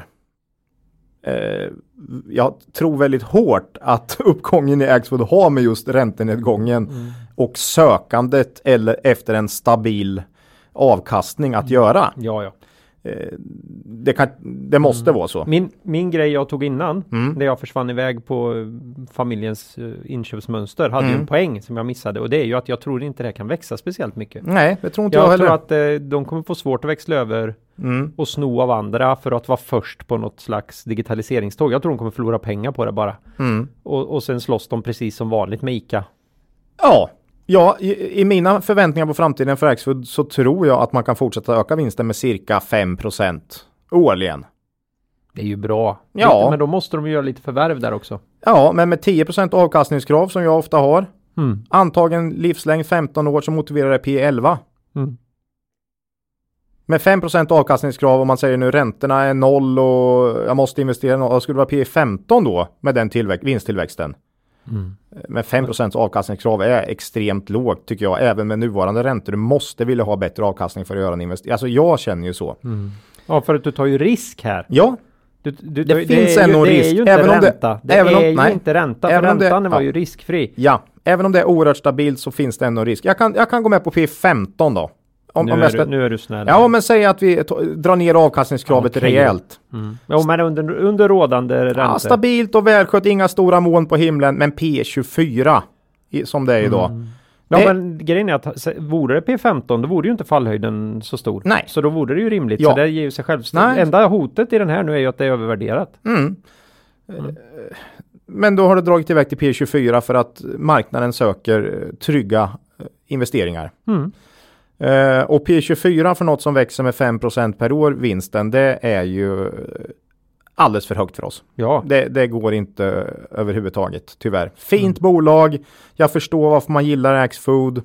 eh, jag tror väldigt hårt att uppgången i Axfood har med just räntenedgången mm. och sökandet eller efter en stabil avkastning att mm. göra. Ja, ja. Det, kan, det måste mm. vara så. Min, min grej jag tog innan, mm. när jag försvann iväg på familjens uh, inköpsmönster, hade mm. ju en poäng som jag missade. Och det är ju att jag tror inte det kan växa speciellt mycket. Nej, det tror inte jag, jag heller. Jag tror att uh, de kommer få svårt att växla över mm. och sno av andra för att vara först på något slags digitaliseringståg. Jag tror de kommer förlora pengar på det bara. Mm. Och, och sen slåss de precis som vanligt med ICA. Ja. Ja, i, i mina förväntningar på framtiden för Axfood så tror jag att man kan fortsätta öka vinsten med cirka fem procent årligen. Det är ju bra. Ja. Lite, men då måste de ju göra lite förvärv där också. Ja, men med tio procent avkastningskrav som jag ofta har. Mm. Antagen livslängd femton år som motiverar det P elva. Mm. Med fem procent avkastningskrav, om man säger nu räntorna är noll och jag måste investera noll, skulle det vara P femton då med den tillväxt, vinsttillväxten. Mm. Med fem procent avkastningskrav är extremt lågt tycker jag, även med nuvarande räntor. Du måste vilja ha bättre avkastning för att göra en investering. Alltså jag känner ju så. Mm. Ja, för att du tar ju risk här. Ja. Du, du, det, det finns är ändå ju, risk. Det är ju inte även ränta. Om det, det även är om, ju nej. inte ränta, för även räntan det, var ja. ju riskfri. Ja, även om det är oerhört stabilt så finns det ändå risk. Jag kan, jag kan gå med på P femton då. Om, nu, om är ska, du, nu är du snäll. Ja, men säg att vi t- drar ner avkastningskravet okay. rejält. Mm. Ja, men under, under rådande räntor. Ja, stabilt och välskött, inga stora moln på himlen, men P tjugofyra i, som det är idag. Mm. Ja, det, men grejen är att vore det P femton, då vore ju inte fallhöjden så stor. Nej. Så då vore det ju rimligt. Ja. Så det ger ju sig själv. Enda hotet i den här nu är ju att det är övervärderat. Mm. Mm. Men då har det dragit iväg till P tjugofyra för att marknaden söker trygga investeringar. Mm. Uh, och P tjugofyra för något som växer med fem procent per år, vinsten, det är ju alldeles för högt för oss. Ja. Det, det går inte överhuvudtaget, tyvärr. Fint mm. bolag, jag förstår varför man gillar Axfood,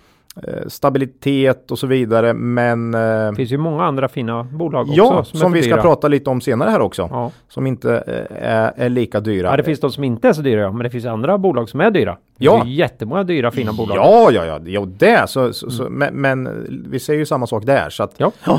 uh, stabilitet och så vidare, men... Uh, det finns ju många andra fina bolag också. Ja, som, som vi dyra. ska prata lite om senare här också. Ja. Som inte uh, är, är lika dyra. Ja, det finns de som inte är så dyra, men det finns andra bolag som är dyra. Det ja. finns ju jättemånga dyra, fina bolag. Ja, ja, ja. Jo, det. Så, så, mm. så, men, men vi säger ju samma sak där. Så att, ja. ja.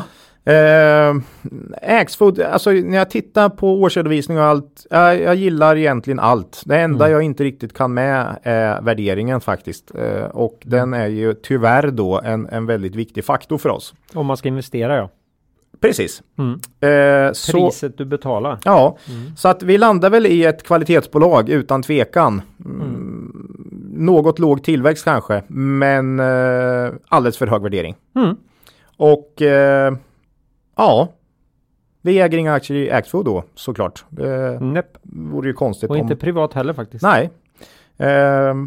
Uh, Axfood, alltså när jag tittar på årsredovisning och allt, jag, jag gillar egentligen allt. Det enda mm. jag inte riktigt kan med är värderingen faktiskt. Uh, och mm. den är ju tyvärr då en, en väldigt viktig faktor för oss. Om man ska investera, ja. Precis. Mm. Uh, Priset så, du betalar. Ja, mm. så att vi landar väl i ett kvalitetsbolag utan tvekan. Mm. Mm. Något låg tillväxt kanske, men uh, alldeles för hög värdering. Mm. Och uh, ja, vi äger inga aktier i Axfood då, såklart. Det Näpp. vore ju konstigt. Och om... inte privat heller faktiskt. Nej. Uh,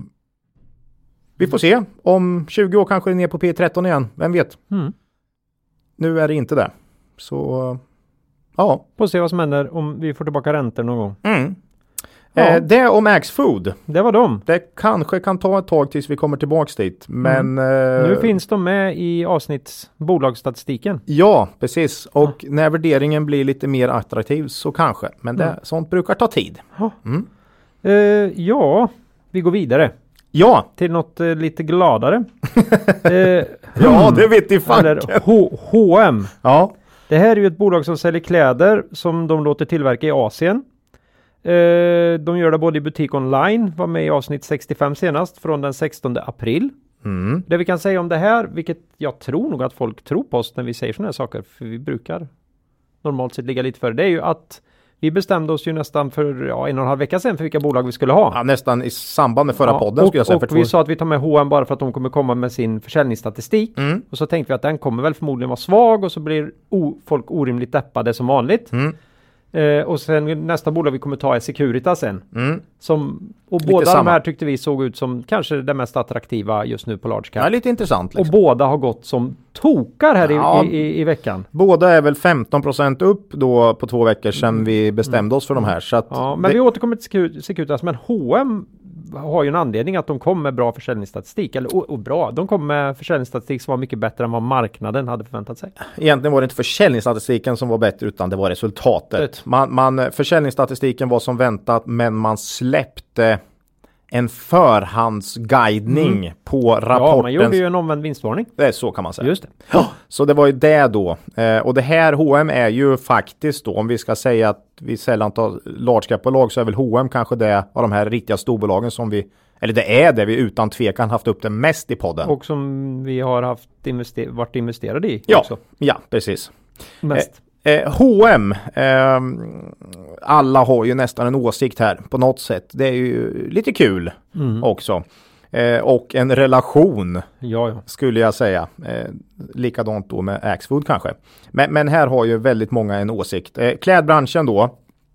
vi får se. Om tjugo år kanske det är ner på P tretton igen. Vem vet? Mm. Nu är det inte det. Så ja. Får se vad som händer om vi får tillbaka räntor någon gång. Mm. Ja. Eh, det om Axfood. Det var de. Det kanske kan ta ett tag tills vi kommer tillbaks dit. Men... Mm. Eh, Nu finns de med i avsnitts bolagsstatistiken. Ja, precis. Och ja. när värderingen blir lite mer attraktiv så kanske. Men det, mm. sånt brukar ta tid. Ja. Mm. Eh, ja, vi går vidare. Ja. Till något eh, lite gladare. eh, ja, det vet i fanken. H och M. Ja. Det här är ju ett bolag som säljer kläder som de låter tillverka i Asien. Eh, de gör det både i butik online, var med i avsnitt sextiofem senast, från den sextonde april. Mm. Det vi kan säga om det här, vilket jag tror nog att folk tror på oss när vi säger sådana här saker, för vi brukar normalt sett ligga lite för det, är ju att vi bestämde oss ju nästan för ja, en och en halv vecka sedan för vilka bolag vi skulle ha. Ja, nästan i samband med förra ja, podden och, skulle jag säga. Och för vi två... sa att vi tar med H och M bara för att de kommer komma med sin försäljningsstatistik. Mm. Och så tänkte vi att den kommer väl förmodligen vara svag och så blir o- folk orimligt deppade som vanligt. Mm. Eh, och sen nästa bolag vi kommer ta är Securitas sen. Mm. Som, och lite båda samma. De här tyckte vi såg ut som kanske det mest attraktiva just nu på large cap. Ja, lite intressant. Liksom. Och båda har gått som tokar här ja, i, i, i veckan. Båda är väl femton procent upp då på två veckor sedan mm. vi bestämde oss för de här. Så att ja, men det... vi återkommer till Securitas. Men H och M har ju en anledning att de kom med bra försäljningsstatistik. Eller och, och bra, de kom med försäljningsstatistik som var mycket bättre än vad marknaden hade förväntat sig. Egentligen var det inte försäljningsstatistiken som var bättre utan det var resultatet. Man, man, försäljningsstatistiken var som väntat men man släppte en förhandsguidning mm. på rapporten. Ja, man gjorde ju en omvänd vinstvarning. Det är så kan man säga. Just det. Ja, så det var ju det då. Eh, och det här H och M är ju faktiskt då, om vi ska säga att vi sällan tar large cap-bolag så är väl H och M kanske det av de här riktiga storbolagen som vi, eller det är det vi utan tvekan haft upp det mest i podden. Och som vi har haft invester- varit investerade i ja, också. Ja, precis. Mest. Eh, Eh, H och M, eh, alla har ju nästan en åsikt här på något sätt. Det är ju lite kul mm. också. Eh, och en relation ja, ja. skulle jag säga. Eh, likadant då med Axfood kanske. Men, men här har ju väldigt många en åsikt. Eh, klädbranschen då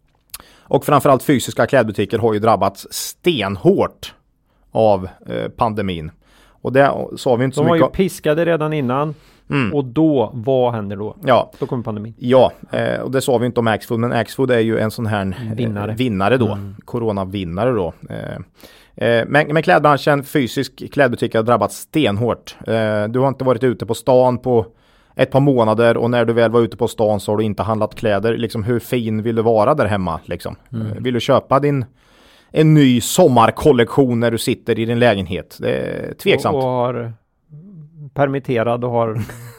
och framförallt fysiska klädbutiker har ju drabbats stenhårt av eh, pandemin. Och det sa vi inte De så mycket. De var ju piskade redan innan. Mm. Och då, vad händer då? Ja. Då kommer pandemin. Ja, eh, och det sa vi inte om Axfood, men Axfood är ju en sån här vinnare, eh, vinnare då. Mm. Corona-vinnare då. Eh, eh, men, men klädbranschen, fysisk klädbutik har drabbats stenhårt. Eh, du har inte varit ute på stan på ett par månader och när du väl var ute på stan så har du inte handlat kläder. Liksom, hur fin vill du vara där hemma? Liksom? Mm. Eh, vill du köpa din en ny sommarkollektion när du sitter i din lägenhet? Det är tveksamt. Och, och har permitterad och har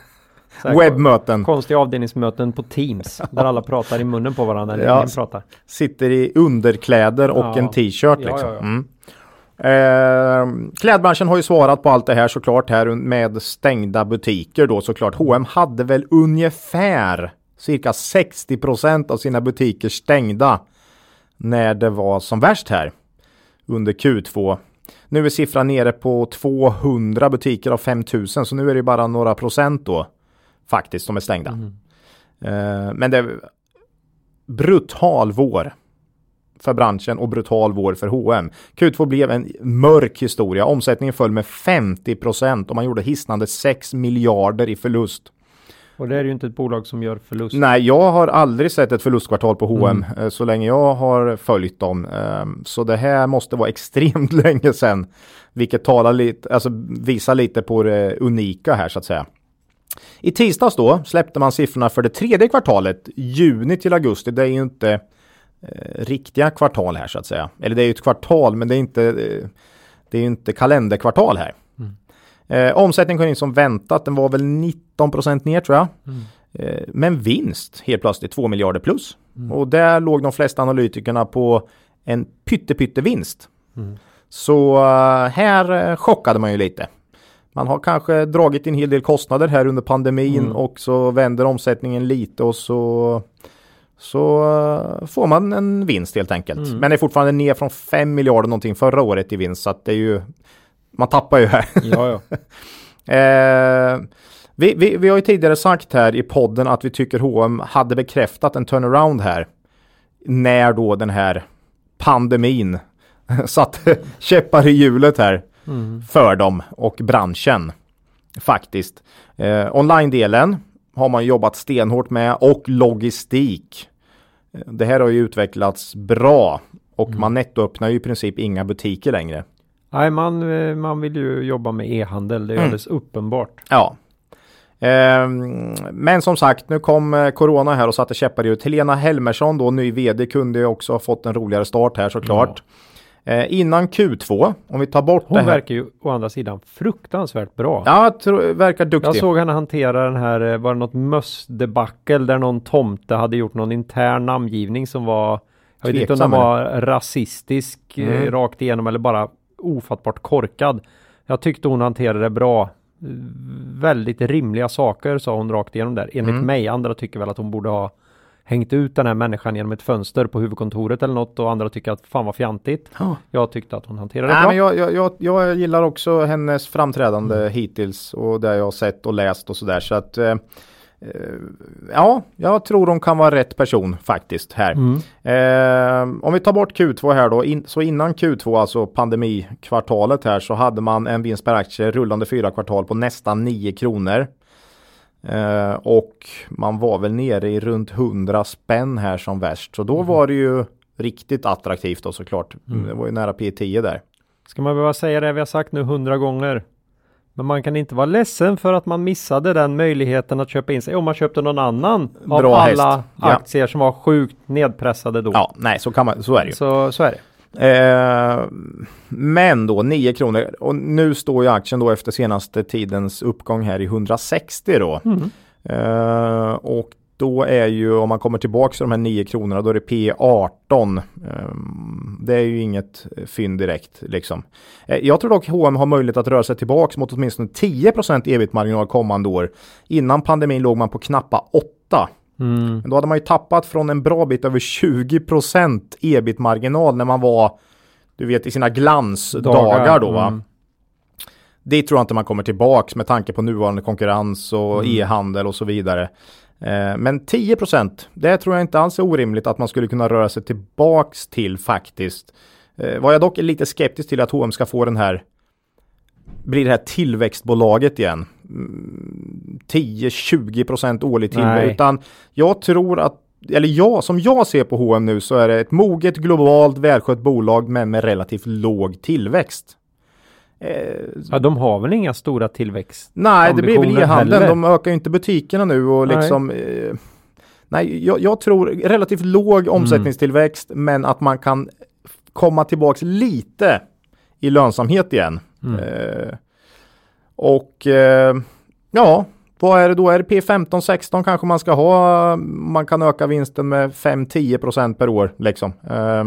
webbmöten. Konstiga avdelningsmöten på Teams där alla pratar i munnen på varandra. Eller ja, pratar. Sitter i underkläder och ja. en t-shirt. Liksom. Ja, ja, ja. Mm. Eh, klädbranschen har ju svarat på allt det här såklart här med stängda butiker då såklart. H och M hade väl ungefär cirka sextio procent av sina butiker stängda när det var som värst här under Q två. Nu är siffran nere på tvåhundra butiker av fem tusen så nu är det bara några procent då faktiskt som är stängda. Mm. Uh, men det är brutal vår för branschen och brutal vår för H och M. Q två blev en mörk historia. Omsättningen föll med femtio procent och man gjorde hisnande sex miljarder i förlust. Och det är ju inte ett bolag som gör förlust. Nej, jag har aldrig sett ett förlustkvartal på H och M mm. så länge jag har följt dem. Så det här måste vara extremt länge sedan. Vilket talar lite, alltså visar lite på det unika här så att säga. I tisdags då släppte man siffrorna för det tredje kvartalet, juni till augusti. Det är ju inte eh, riktiga kvartal här så att säga. Eller det är ju ett kvartal men det är inte, eh, det är ju inte kalenderkvartal här. Mm. Eh, omsättningen kom in som väntat, den var väl nitton procent ner tror jag. Mm. Eh, men vinst helt plötsligt två miljarder plus. Mm. Och där låg de flesta analytikerna på en pytte pytte vinst. Mm. Så uh, här uh, chockade man ju lite. Man har kanske dragit en hel del kostnader här under pandemin mm. och så vänder omsättningen lite och så, så uh, får man en vinst helt enkelt. Mm. Men är fortfarande ner från fem miljarder någonting förra året i vinst så att det är ju, man tappar ju här. Ja, ja. eh, vi, vi, vi har ju tidigare sagt här i podden att vi tycker H och M hade bekräftat en turnaround här när då den här pandemin satt käppar i hjulet här mm. för dem och branschen faktiskt. Eh, online-delen har man jobbat stenhårt med och logistik. Det här har ju utvecklats bra Och Mm. man nettoöppnar ju i princip inga butiker längre. Nej, man, eh, man vill ju jobba med e-handel. Det är Mm. alldeles uppenbart. Ja. Ehm, men som sagt, nu kom eh, corona här och satte käppar ut. Helena Helmersson, då ny vd, kunde ju också ha fått en roligare start här såklart. Eh, innan Q två, om vi tar bort Hon det här. verkar ju å andra sidan fruktansvärt bra. Ja, tro, verkar duktig. Jag såg henne hantera den här, eh, var det något mössdebacle där någon tomte hade gjort någon intern namngivning som var, jag vet inte om Tveksam, den var rasistisk eh, Mm. rakt igenom eller bara ofattbart korkad. Jag tyckte hon hanterade det bra. Väldigt rimliga saker sa hon rakt igenom där. Enligt Mm. mig, andra tycker väl att hon borde ha hängt ut den här människan genom ett fönster på huvudkontoret eller något, och andra tycker att fan vad fjantigt. Ja. Jag tyckte att hon hanterade det Nej, bra. men jag, jag, jag, jag gillar också hennes framträdande Mm. hittills och det jag har sett och läst och sådär. Så att eh, eh, ja, jag tror hon kan vara rätt person faktiskt här. Mm. Eh, om vi tar bort Q två här då, in, så innan Q två, alltså pandemikvartalet här, så hade man en vinst per aktie rullande fyra kvartal på nästan nio kronor. Eh, och man var väl nere i runt hundra spänn här som värst. Så då Mm. var det ju riktigt attraktivt då såklart. Mm. Det var ju nära P tio där. Ska man behöva säga det vi har sagt nu hundra gånger? Men man kan inte vara ledsen för att man missade den möjligheten att köpa in sig. Om man köpte någon annan av Bra alla häst. Ja. aktier som var sjukt nedpressade då. Ja, nej, så kan man, så är det ju. Så, så är det. Eh, men då nio kronor, och nu står ju aktien då efter senaste tidens uppgång här i hundrasextio då. Mm. Eh, och då är ju, om man kommer tillbaka till de här nio kronorna, då är det P arton. Eh, det är ju inget fynd direkt liksom. Eh, jag tror dock H och M har möjlighet att röra sig tillbaka mot åtminstone tio procent ebit-marginal kommande år. Innan pandemin låg man på knappa åtta. Mm. Men då hade man ju tappat från en bra bit över tjugo procent ebit-marginal när man var, du vet, i sina glansdagar då va. Mm. Det tror jag inte man kommer tillbaks med tanke på nuvarande konkurrens och Mm. e-handel och så vidare. Eh, men tio procent, det tror jag inte alls är orimligt att man skulle kunna röra sig tillbaks till faktiskt. Eh, vad jag dock är lite skeptisk till att H och M ska få den här, blir det här tillväxtbolaget igen. Mm, tio till tjugo procent årlig tillväxt. Nej. Utan jag tror att, eller jag, som jag ser på H och M nu, så är det ett moget, globalt, välskött bolag men med relativt låg tillväxt. Eh, Ja, de har väl inga stora tillväxt. nej, det blir väl ambitioner e-handeln. heller. De ökar ju inte butikerna nu och Nej. liksom... Eh, nej, jag, jag tror relativt låg omsättningstillväxt, men att man kan komma tillbaks lite i lönsamhet igen. Mm. Eh, och eh, ja, vad är det då? Är det P femton sexton kanske man ska ha? Man kan öka vinsten med fem till tio procent per år liksom. Eh,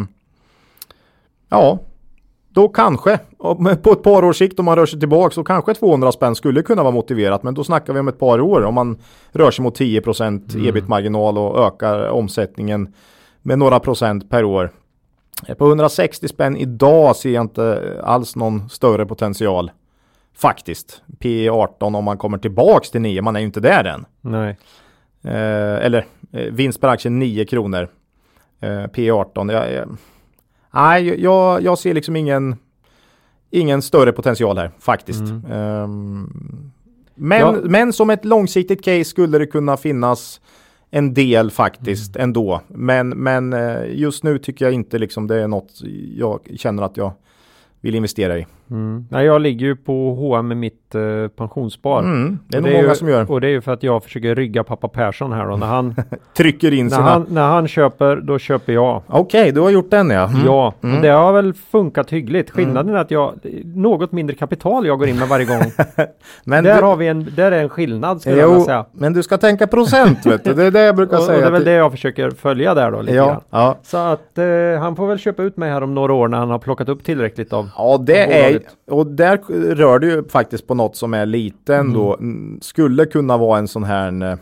ja, då kanske, på ett par års sikt om man rör sig tillbaka, så kanske tvåhundra spänn skulle kunna vara motiverat, men då snackar vi om ett par år om man rör sig mot tio procent Mm. ebit-marginal och ökar omsättningen med några procent per år. På hundrasextio spänn idag ser jag inte alls någon större potential faktiskt. P arton om man kommer tillbaks till nio, man är ju inte där än. Nej. Eh, eller eh, vinst per aktie nio kronor. Eh, P arton. Jag, jag, nej, jag, jag ser liksom ingen, ingen större potential här faktiskt. Mm. Um, men, Ja. men som ett långsiktigt case skulle det kunna finnas en del faktiskt Mm. ändå. Men, men eh, just nu tycker jag inte liksom det är något jag känner att jag vill investera i. Mm. Nej, jag ligger ju på H och M med mitt eh, pensionsspar. Mm, det är Och nog många ju, som gör. Och det är ju för att jag försöker rygga pappa Persson här. Och när han, Trycker in när, sina... han, när han köper, då köper jag. Okej, du har gjort den ja. Mm. Ja, Mm. och det har väl funkat hyggligt. Skillnaden är att jag, något mindre kapital jag går in med varje gång. Men där du, har vi en, där är en skillnad skulle jag vilja jo, säga. men du ska tänka procent vet du. Det är det jag brukar Och, och säga. det är väl att- det jag försöker följa där då lite ja, grann. ja. Så att eh, han får väl köpa ut mig här om några år när han har plockat upp tillräckligt av. Ja, det är, bolaget. och där rör det ju faktiskt på något som är lite ändå, mm. skulle kunna vara en sån här, eh,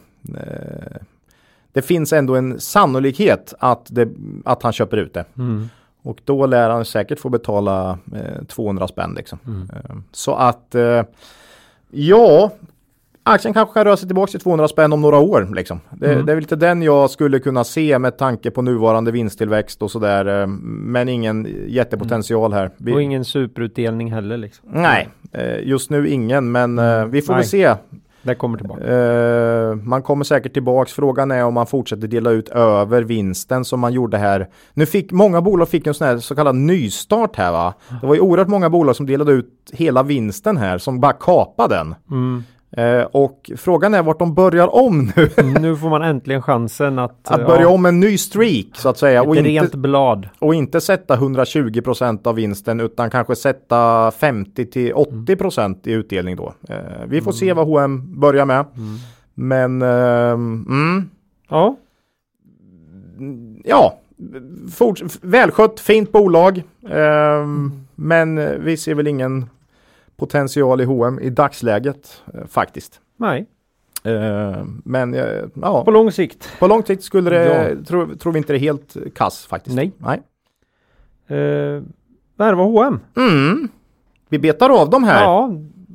det finns ändå en sannolikhet att, det, att han köper ut det. Mm. Och då lär han säkert få betala eh, tvåhundra spänn liksom. Mm. Eh, så att, eh, ja, aktien kanske kan röra sig tillbaka till tvåhundra spänn om några år liksom. Det, Mm. det är väl lite den jag skulle kunna se med tanke på nuvarande vinsttillväxt och sådär. Eh, men ingen jättepotential här. Vi, Och ingen superutdelning heller liksom. nej, eh, just nu ingen, men eh, vi får Nej. väl se. Det kommer tillbaka. Uh, man kommer säkert tillbaks. Frågan är om man fortsätter dela ut över vinsten som man gjorde här. Nu fick många bolag fick en sån här så kallad nystart här va. Det var ju oerhört många bolag som delade ut hela vinsten här som bara kapade den. Mm. Uh, och frågan är vart de börjar om nu. Nu får man äntligen chansen att, att börja ja, om en ny streak så att säga. Ett och rent inte, blad. Och inte sätta hundratjugo procent av vinsten utan kanske sätta femtio till åttio procent mm. i utdelning då. Uh, vi får mm. se vad H och M börjar med. Mm. Men uh, mm. ja. Ja. Fort, välskött, fint bolag. Uh, mm. Men vi ser väl ingen potential i H och M i dagsläget uh, faktiskt. Nej. Uh, men uh, ja. På lång sikt. På lång sikt skulle det, ja. tror, tror vi inte det är helt kass faktiskt. Nej. Nej. Uh, där var H och M. Mm. Vi betar av dem här. Ja.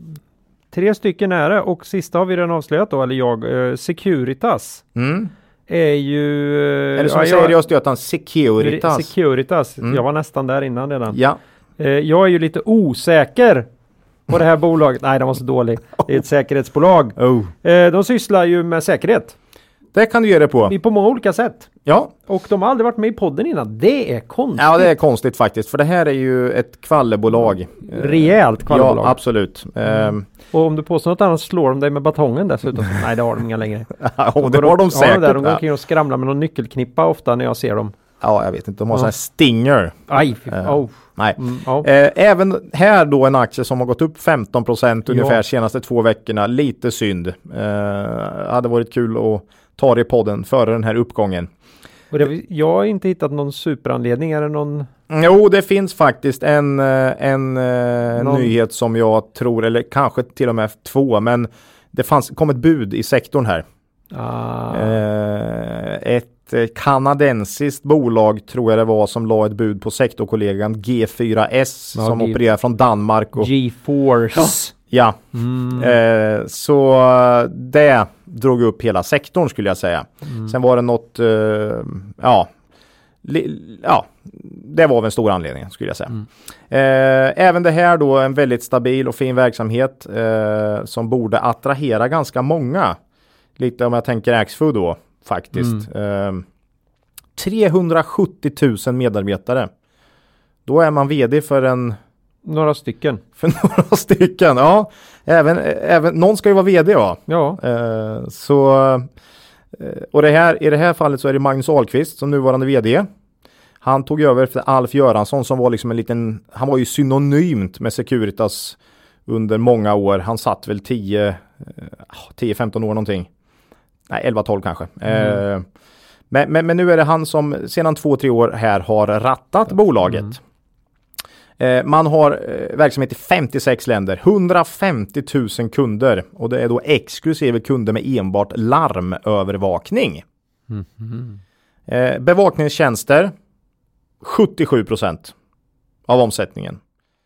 Tre stycken är det och sista har vi redan avslöjat då, eller jag, uh, Securitas. Mm. Är ju... Uh, är det som ja, säger jag, i Östergötand? Securitas. Securitas. Mm. Jag var nästan där innan redan. Ja. Uh, jag är ju lite osäker på det här bolaget. Nej, det var så dålig. Det är ett säkerhetsbolag. Oh. Eh, de sysslar ju med säkerhet. Det kan du göra det på. På många olika sätt. Ja. Och de har aldrig varit med i podden innan. Det är konstigt. Ja, det är konstigt faktiskt. För det här är ju ett kvallebolag. Rejält kvallebolag. Ja, absolut. Mm. Um, och om du påstår något annat slår de dig med batongen dessutom. Nej, det har de inga längre. Ja, det har de, de säkert. Ja, där, de går omkring och skramlar med någon nyckelknippa ofta när jag ser dem. Ja, jag vet inte. De har ja. sån här stinger. Aj, fy, uh, oh. Nej. Mm, oh. Eh, även här då en aktie som har gått upp femton procent ungefär ja. senaste två veckorna. Lite synd. Eh, hade varit kul att ta det i podden före den här uppgången. Och det, jag har inte hittat någon superanledning. Är det någon... Jo, det finns faktiskt en, en någon... nyhet som jag tror, eller kanske till och med två, men det fanns, kom ett bud i sektorn här. Ah. Eh, ett kanadensiskt bolag tror jag det var som la ett bud på sektorkollegan G fyra S ja, som G- opererar från Danmark. Och, G-Force. Ja, mm. eh, så det drog upp hela sektorn skulle jag säga. Mm. Sen var det något, eh, ja, li, ja, det var väl en stor anledning skulle jag säga. Mm. Eh, även det här då en väldigt stabil och fin verksamhet eh, som borde attrahera ganska många. Lite om jag tänker Axfood då faktiskt. Mm. Eh, trehundrasjuttio tusen medarbetare. Då är man vd för en... Några stycken. För några stycken, ja. Även, även, någon ska ju vara vd va? Ja. Eh, så, eh, och det här, i det här fallet så är det Magnus Ahlqvist som nuvarande vd. Han tog över för Alf Göransson som var liksom en liten... Han var ju synonymt med Securitas under många år. Han satt väl tio femton år någonting. Nej, elva tolv kanske. Mm. Eh, men, men, men nu är det han som sedan två, tre år här har rattat mm. bolaget. Eh, man har eh, verksamhet i femtiosex länder. hundrafemtio tusen kunder. Och det är då exklusive kunder med enbart larmövervakning. Mm. Eh, bevakningstjänster. sjuttiosju procent av omsättningen.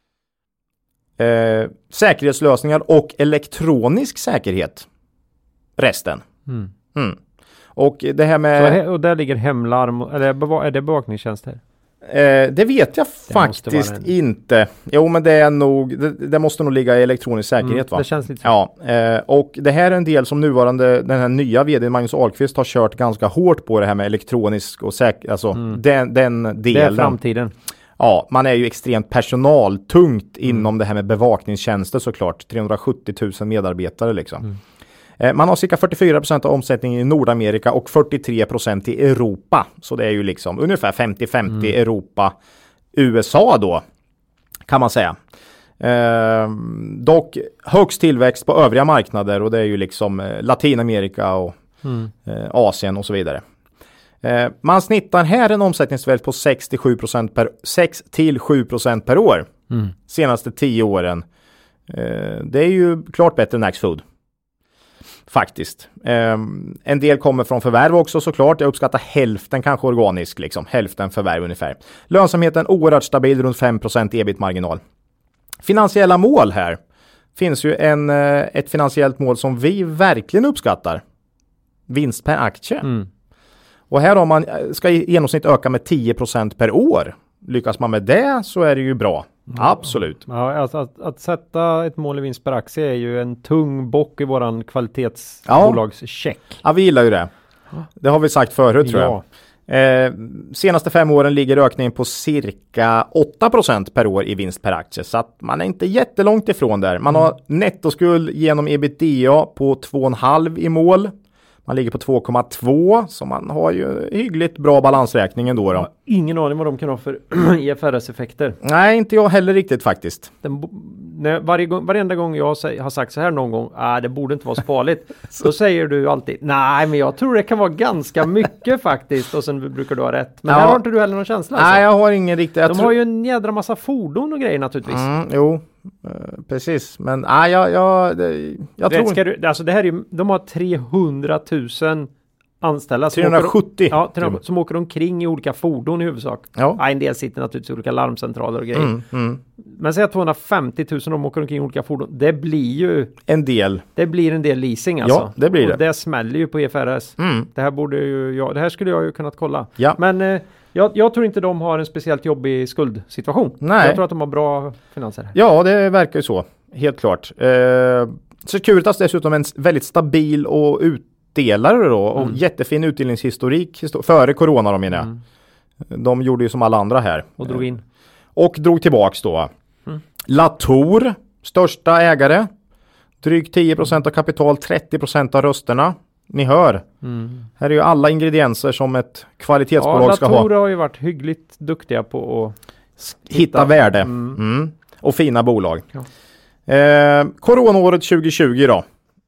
Eh, säkerhetslösningar och elektronisk säkerhet. Resten. Mm. Mm. Och det här med... Så, och där ligger hemlarm, eller är det bevakningstjänster? Eh, det vet jag det faktiskt en... inte. Jo, men det är nog, det, det måste nog ligga i elektronisk säkerhet mm, va? Det känns lite så. Ja, eh, och det här är en del som nuvarande, den här nya vd Magnus Ahlqvist har kört ganska hårt på det här med elektronisk och säker, alltså mm. den, den delen. Det är framtiden. Ja, man är ju extremt personaltungt mm. inom det här med bevakningstjänster såklart. trehundrasjuttio tusen medarbetare liksom. Mm. Man har cirka fyrtiofyra procent av omsättningen i Nordamerika och fyrtiotre procent i Europa. Så det är ju liksom ungefär femtio femtio mm. Europa, U S A då kan man säga. Eh, dock högst tillväxt på övriga marknader och det är ju liksom eh, Latinamerika och mm. eh, Asien och så vidare. Eh, man snittar här en omsättningstillväxt på sex till sju procent per, sex till sju procent per år mm. senaste tio åren. Eh, det är ju klart bättre än Axfood. Faktiskt. Um, en del kommer från förvärv också såklart. Jag uppskattar hälften kanske organisk liksom. Hälften förvärv ungefär. Lönsamheten oerhört stabil runt fem procent ebit-marginal. Finansiella mål här. Finns ju en, ett finansiellt mål som vi verkligen uppskattar. Vinst per aktie. Mm. Och här har man, ska i genomsnitt öka med tio procent per år. Lyckas man med det så är det ju bra. Absolut. Ja, alltså att, att sätta ett mål i vinst per aktie är ju en tung bock i våran Ja. kvalitetsbolagscheck. Ja, vi gillar ju det. Det har vi sagt förut tror jag. Ja. Eh, senaste fem åren ligger ökningen på cirka åtta procent per år i vinst per aktie. Så att man är inte jättelångt ifrån där. Man har nettoskuld genom ebitda på två komma fem i mål. Man ligger på två komma två, så man har ju hyggligt bra balansräkning ändå då. Ingen aning vad de kan ha för I F R S-effekter. Nej, inte jag heller riktigt faktiskt. Den bo- när, varje gång, varenda gång jag sä- har sagt så här någon gång, ah, det borde inte vara så farligt. Då säger du alltid, nej men jag tror det kan vara ganska mycket faktiskt. Och sen brukar du ha rätt. Men Ja. här har inte du heller någon känsla. Nej, Alltså. jag har ingen riktigt... Jag De tror- har ju en jädra massa fordon och grejer naturligtvis. Mm, jo, eh, precis. Men nej, jag, jag, det- jag Rätt tror... ska du, alltså det här är ju, de har trehundratusen anställda som trehundrasjuttio. åker, ja, trehundra, som åker omkring i olika fordon i huvudsak. Ja. Ja, en del sitter naturligtvis i olika larmcentraler och grejer. Mm, mm. Men säg att tvåhundrafemtio tusen de åker omkring i olika fordon. Det blir ju En del. det blir en del leasing alltså. Ja, det blir det. Och det smäller ju på E F R S. Mm. Det här borde ju jag, det här skulle jag ju kunnat kolla. Ja. Men eh, jag, jag tror inte de har en speciellt jobbig skuldsituation. Nej. Jag tror att de har bra finanser här. Ja, det verkar ju så. Helt klart. Eh, Securitas dessutom en s- väldigt stabil och utdelare då. Och Mm. jättefin utdelningshistorik histo- före corona då menar jag. Mm. De gjorde ju som alla andra här. Och drog in. Och drog tillbaks då. Mm. Latour, största ägare. Drygt tio procent av kapital, trettio procent av rösterna. Ni hör. Mm. Här är ju alla ingredienser som ett kvalitetsbolag Ja, ska Latour ha. har ju varit hyggligt duktiga på att Hitta, hitta- värde. Mm. Mm. Och fina bolag. Ja. Eh, Coronaåret tjugo tjugo då.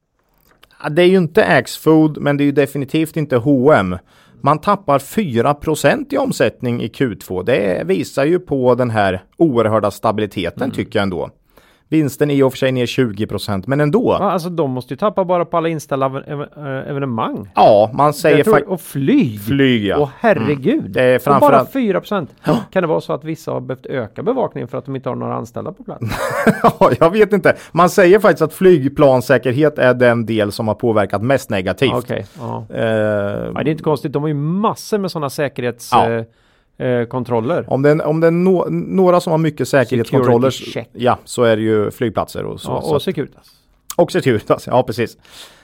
Ja, det är ju inte Axfood, men det är ju definitivt inte H och M. Man tappar fyra procent i omsättning i Q två. Det visar ju på den här oerhörda stabiliteten Mm. tycker jag ändå. Vinsten är i och för sig ner tjugo procent, men ändå. Ja, alltså de måste ju tappa bara på alla inställda ev- ev- evenemang. Ja, man säger Jag tror, faktiskt... och flyg. Flyg, ja. Och herregud. Det är och bara framförallt... fyra procent. Ja. Kan det vara så att vissa har behövt öka bevakningen för att de inte har några anställda på plats? Ja, jag vet inte. Man säger faktiskt att flygplansäkerhet är den del som har påverkat mest negativt. Okej. Ja. Eh, Ja, det är inte konstigt. De har ju massor med sådana säkerhets... Ja. Eh, eh, kontroller. Om det är, om det är no, några som har mycket säkerhetskontroller, Security check. ja, så är det ju flygplatser och så. Ja, så och att- Securitas. och Securitas, ja precis.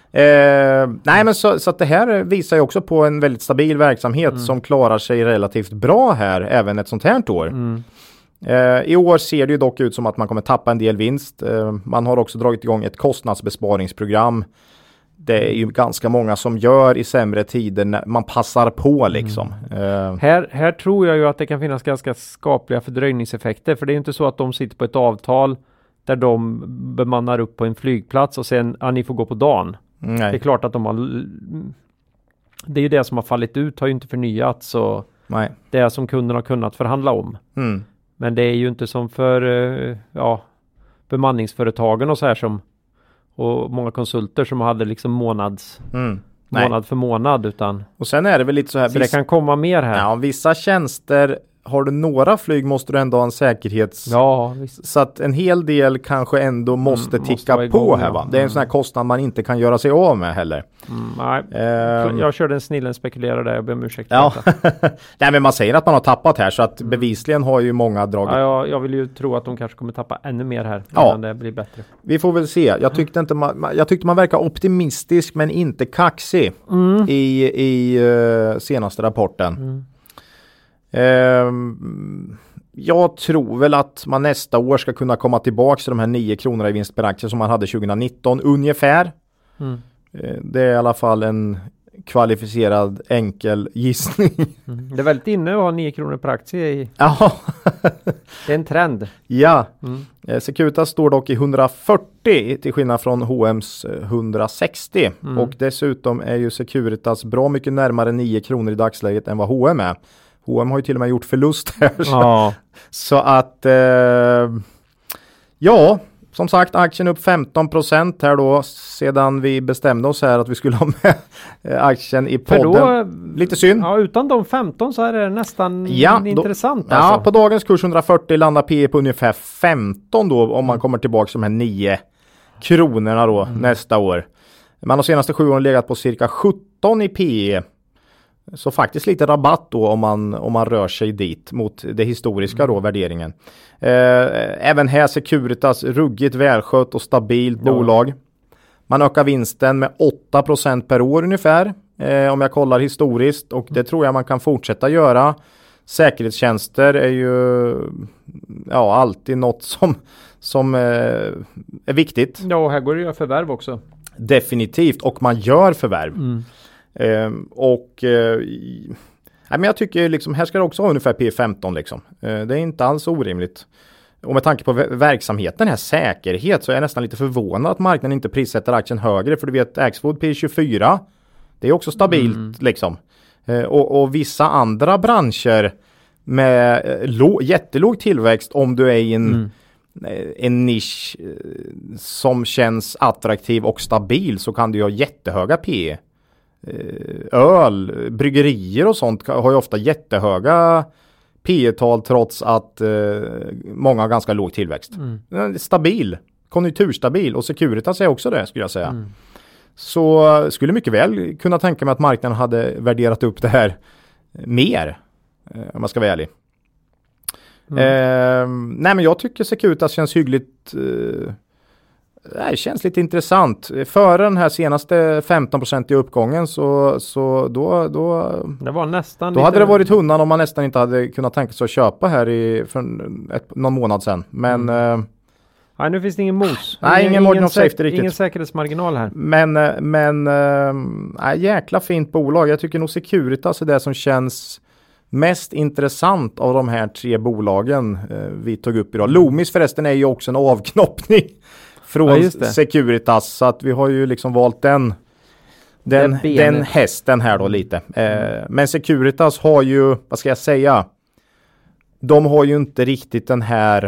Eh, nej men så, så att det här visar ju också på en väldigt stabil verksamhet Mm. som klarar sig relativt bra här även ett sånt här år. Mm. Eh, I år ser det ju dock ut som att man kommer tappa en del vinst. Eh, man har också dragit igång ett kostnadsbesparingsprogram. Det är ju ganska många som gör i sämre tider när man passar på liksom. Eh, Här, här tror jag ju att det kan finnas ganska skapliga fördröjningseffekter. För det är ju inte så att de sitter på ett avtal där de bemannar upp på en flygplats och sen, ja, ni får gå på dagen. Det är nej, klart att de har... Det är ju det som har fallit ut, har ju inte förnyats. Så nej. det som kunderna har kunnat förhandla om. Mm. Men det är ju inte som för eh, ja, bemanningsföretagen och så här som och många konsulter som hade liksom månads Mm. Nej. månad för månad utan Och sen är det väl lite så här. så det viss- kan komma mer här. Ja, vissa tjänster, har du några flyg måste du ändå ha en säkerhets... Ja, visst. Så att en hel del kanske ändå måste måste ticka vara på igång, här ja. va. Det är en Mm. sån här kostnad man inte kan göra sig av med heller. Mm, nej. Ehm, Jag körde en snillen spekulerare där, jag ber om ursäkt för ja, detta. nej men man säger att man har tappat här så att bevisligen har ju många dragit. Ja, jag, jag vill ju tro att de kanske kommer tappa ännu mer här Ja. innan det blir bättre. Vi får väl se. Jag tyckte, inte man, man- jag tyckte man verkar optimistisk men inte kaxig Mm. i, i eh, senaste rapporten. Mm. Ehm, jag tror väl att man nästa år ska kunna komma tillbaka till de här nio kronorna i vinst per aktie som man hade tjugonitton ungefär. Mm. Eh, Det är i alla fall en kvalificerad enkel gissning. Mm. Det är väldigt inne att ha nio kronor per aktie i. Ja, Det är en trend. ja. Mm. Eh, Securitas står dock i hundrafyrtio till skillnad från H och M's eh, hundrasextio. Mm. Och dessutom är ju Securitas bra mycket närmare nio kronor i dagsläget än vad H och M är. H och M har ju till och med gjort förlust här. Ja. Så att, eh, ja, som sagt aktien upp femton procent här då sedan vi bestämde oss här att vi skulle ha med eh, aktien i För podden. då, Lite synd. ja, utan de femton så är det nästan Ja, då- intressant Ja, alltså. på dagens kurs hundrafyrtio landar P E på ungefär femton då om man kommer tillbaka till de här nio kronorna då nästa år. Man har senaste sju åren legat på cirka sjutton i P E. Så faktiskt lite rabatt då om man, om man rör sig dit mot det historiska då, värderingen. Eh, även här Securitas ruggigt välskött och stabilt Ja. bolag. Man ökar vinsten med åtta procent per år ungefär eh, om jag kollar historiskt, och det tror jag man kan fortsätta göra. Säkerhetstjänster är ju ja, alltid något som, som eh, är viktigt. Ja, och här går det att göra förvärv också. Definitivt, och man gör förvärv. Mm. Eh, och eh, nej, men jag tycker liksom, här ska det också ha ungefär P femton liksom. Eh, det är inte alls orimligt. Och med tanke på v- verksamheten här, säkerhet, så är jag nästan lite förvånad att marknaden inte prissätter aktien högre. För du vet, Axfood P tjugofyra, det är också stabilt Mm. liksom. Eh, och, och vissa andra branscher med eh, lo- jättelåg tillväxt, om du är i en, Mm. eh, en nisch eh, som känns attraktiv och stabil, så kan du ju ha jättehöga P E. Eh, öl, bryggerier och sånt har ju ofta jättehöga P E-tal trots att eh, många har ganska låg tillväxt. Mm. Stabil, konjunkturstabil, och Securitas är också det, skulle jag säga. Mm. Så eh, skulle mycket väl kunna tänka mig att marknaden hade värderat upp det här mer, eh, om man ska vara ärlig. Mm. Eh, nej, men jag tycker Securitas känns hyggligt. Eh, det känns lite intressant. Före den här senaste femton procent i uppgången, så, så då, då, Det var nästan då lite... hade det varit hundan om man nästan inte hade kunnat tänka sig att köpa här i, för ett, någon månad sedan. Men, Mm. eh, Nej, nu finns det ingen mos. Nej, ingen margin of safety riktigt. Ingen säkerhetsmarginal här. men, eh, men eh, nej, jäkla fint bolag. Jag tycker nog Securitas är det som känns mest intressant av de här tre bolagen eh, vi tog upp idag. Loomis förresten är ju också en avknoppning från Ja, just det. Securitas, så att vi har ju liksom valt den den, Det benet. den hästen här då lite. Eh, men Securitas har ju, vad ska jag säga, de har ju inte riktigt den här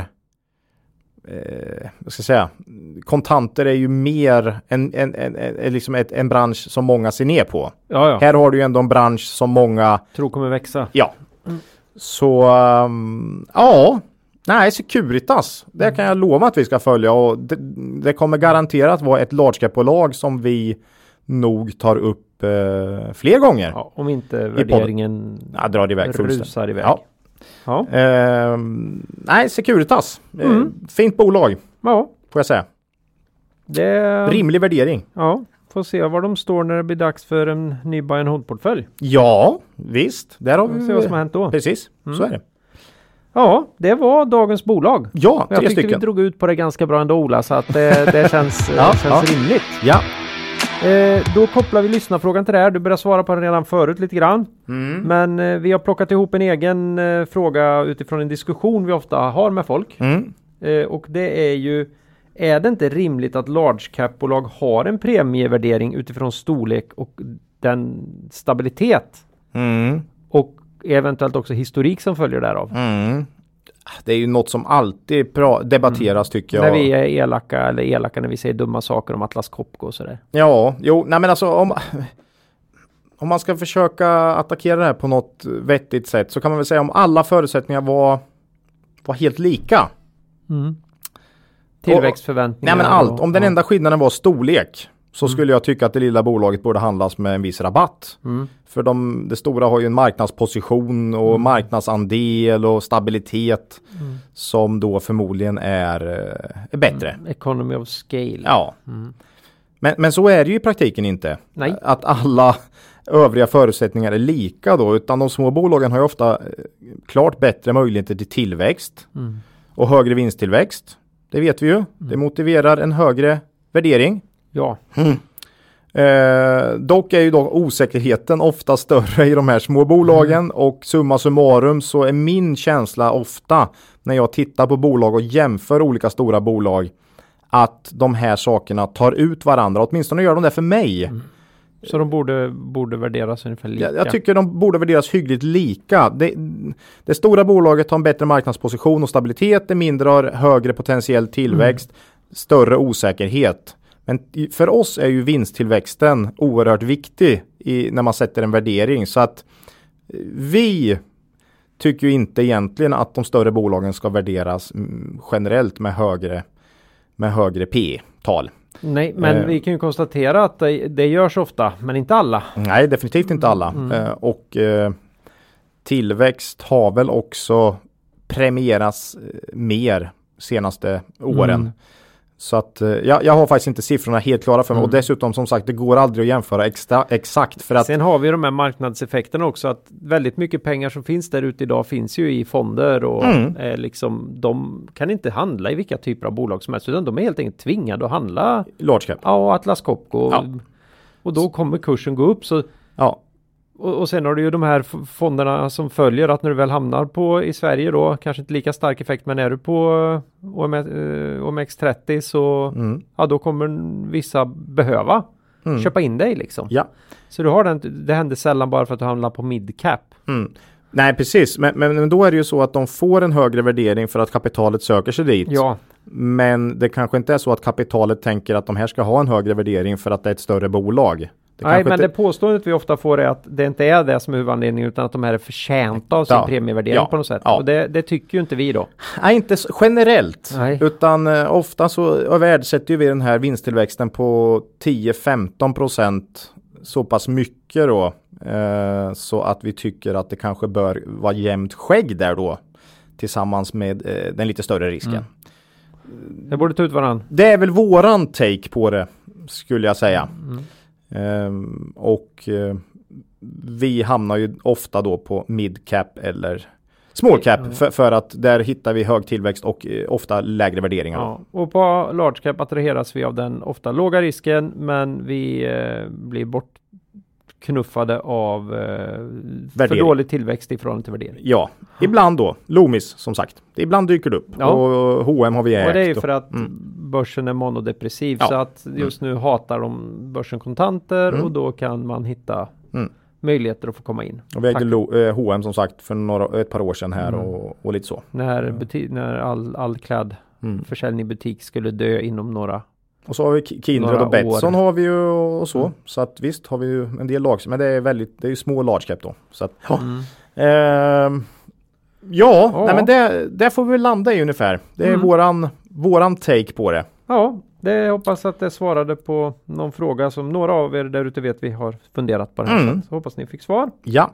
eh, vad ska jag säga, kontanter är ju mer en, en, en, en, liksom ett, en bransch som många ser ner på. Ja, ja. Här har du ju ändå en bransch som många, Tror kommer växa. ja. Så, um, ja. Nej, Securitas. Det kan jag lova att vi ska följa, och det, det kommer garanterat vara ett large cap-bolag som vi nog tar upp eh, fler gånger. Ja, om inte värderingen Ja, drar iväg fullständigt. rusar iväg. Ja. Ja. Eh, nej, Securitas. Eh, Mm. Fint bolag, Ja. får jag säga. Det... Rimlig värdering. Ja. Får se var de står när det blir dags för en ny buy and hold-portfölj. Ja, visst. Där har Vi får vi se vad som har hänt då. Precis, Mm. så är det. Ja, det var dagens bolag. Ja, Jag tre tyckte stycken. vi drog ut på det ganska bra ändå, Ola, så att det, det känns, Ja, känns ja. rimligt. Ja. Eh, då kopplar vi lyssnarfrågan till det här. Du började svara på den redan förut lite grann. Mm. Men eh, vi har plockat ihop en egen eh, fråga utifrån en diskussion vi ofta har med folk. Mm. Eh, och det är ju, är det inte rimligt att large cap-bolag har en premievärdering utifrån storlek och den stabilitet Mm. och eventuellt också historik som följer därav? Mm. Det är ju något som alltid pra- debatteras tycker jag. När vi är elaka eller elaka när vi säger dumma saker om Atlas Copco och sådär. Ja, jo, nej men alltså om, om man ska försöka attackera det här på något vettigt sätt, så kan man väl säga om alla förutsättningar var, var helt lika. Mm. Tillväxtförväntningar. Nej men allt, och- om den ja. enda skillnaden var storlek, så Mm. skulle jag tycka att det lilla bolaget borde handlas med en viss rabatt. Mm. För de, det stora har ju en marknadsposition och Mm. marknadsandel och stabilitet Mm. som då förmodligen är, eh, är bättre. Mm. Economy of scale. Ja, Mm. men, men så är det ju i praktiken inte. Nej. Att alla övriga förutsättningar är lika då, utan de små bolagen har ju ofta eh, klart bättre möjligheter till tillväxt Mm. och högre vinsttillväxt. Det vet vi ju. Det motiverar en högre värdering. Ja. Eh, dock är ju då osäkerheten ofta större i de här små bolagen, Mm. och summa summarum så är min känsla ofta när jag tittar på bolag och jämför olika stora bolag att de här sakerna tar ut varandra. Åtminstone gör de det för mig. Mm. Så de borde, borde värderas ungefär lika. Jag, jag tycker de borde värderas hyggligt lika. Det, det stora bolaget har en bättre marknadsposition och stabilitet. Det mindre har högre potentiell tillväxt, Mm. större osäkerhet. Men i- för oss är ju vinsttillväxten oerhört viktig i, när man sätter en värdering. Så att eh, vi tycker ju inte egentligen att de större bolagen ska värderas mm, generellt med högre, med högre P E-tal. Nej, men Eh. vi kan ju konstatera att det, det görs ofta, men inte alla. Nej, definitivt inte alla. Mm. Eh, och eh, tillväxt har väl också premieras eh, mer senaste åren. Mm. Så att eh, jag, jag har faktiskt inte siffrorna helt klara för mig. Mm. Och dessutom som sagt, det går aldrig att jämföra extra, exakt. För att, Sen har vi de här marknadseffekterna också, att väldigt mycket pengar som finns där ute idag finns ju i fonder och Mm. eh, liksom, de kan inte handla i vilka typer av bolag som helst, utan de är helt enkelt tvingade att handla large cap. ja, Atlas Copco. Ja. Och då kommer kursen gå upp. Så, Ja. och, och sen har du ju de här f- fonderna som följer att när du väl hamnar på i Sverige då, kanske inte lika stark effekt, men är du på eh, O M, eh, O M X trettio så Mm. ja, då kommer vissa behöva Mm. köpa in dig liksom. Ja. Så du har den, det händer sällan bara för att du hamnar på mid-cap. Mm. Nej, precis. Men, men, men då är det ju så att de får en högre värdering för att kapitalet söker sig dit. Ja, Men det kanske inte är så att kapitalet tänker att de här ska ha en högre värdering för att det är ett större bolag. Det nej, kanske men inte... det påståendet vi ofta får är att det inte är det som är huvudanledningen, utan att de här är förtjänta av sin Ja. premievärdering Ja. på något sätt. Ja. Och det, det tycker ju inte vi då. Nej, inte så generellt. Nej. Utan eh, ofta så värdesätter vi den här vinsttillväxten på tio till femton procent så pass mycket då. Eh, så att vi tycker att det kanske bör vara jämnt skägg där då. Tillsammans med eh, den lite större risken. Mm. Det borde ta ut varann. Det är väl våran take på det, skulle jag säga. Mm. Ehm, och eh, vi hamnar ju ofta då på mid cap eller small cap Mm. för, för att där hittar vi hög tillväxt och eh, ofta lägre värderingar. Ja. Och på large cap attraheras vi av den ofta låga risken, men vi eh, blir bortknuffade av eh, för Värdering. dålig tillväxt i förhållande till värdering. Ja, ibland då. Loomis som sagt. Ibland dyker det upp. Ja. Och H och M har vi ägt. Och det är ju då. för att Mm. börsen är monodepressiv, Ja. så att just nu hatar de börsen kontanter Mm. och då kan man hitta Mm. möjligheter att få komma in. Och vi ägde Tack. Lo- eh, H och M som sagt för några, ett par år sedan här Mm. och, och lite så. När, buti- när all, all klädförsäljning Mm. i butik skulle dö inom några. Och så har vi K- Kindred Några och Betsson år. har vi ju och så. Mm. Så att visst har vi ju en del lag. Men det är väldigt, det är ju små large cap då. Så att, ja. Mm. Ehm, ja, Ja. Nej, men det, det får vi landa i ungefär. Det är Mm. våran, våran take på det. Ja, det jag hoppas att det svarade på någon fråga som några av er där ute vet vi har funderat på det här. Mm. Så hoppas ni fick svar. Ja,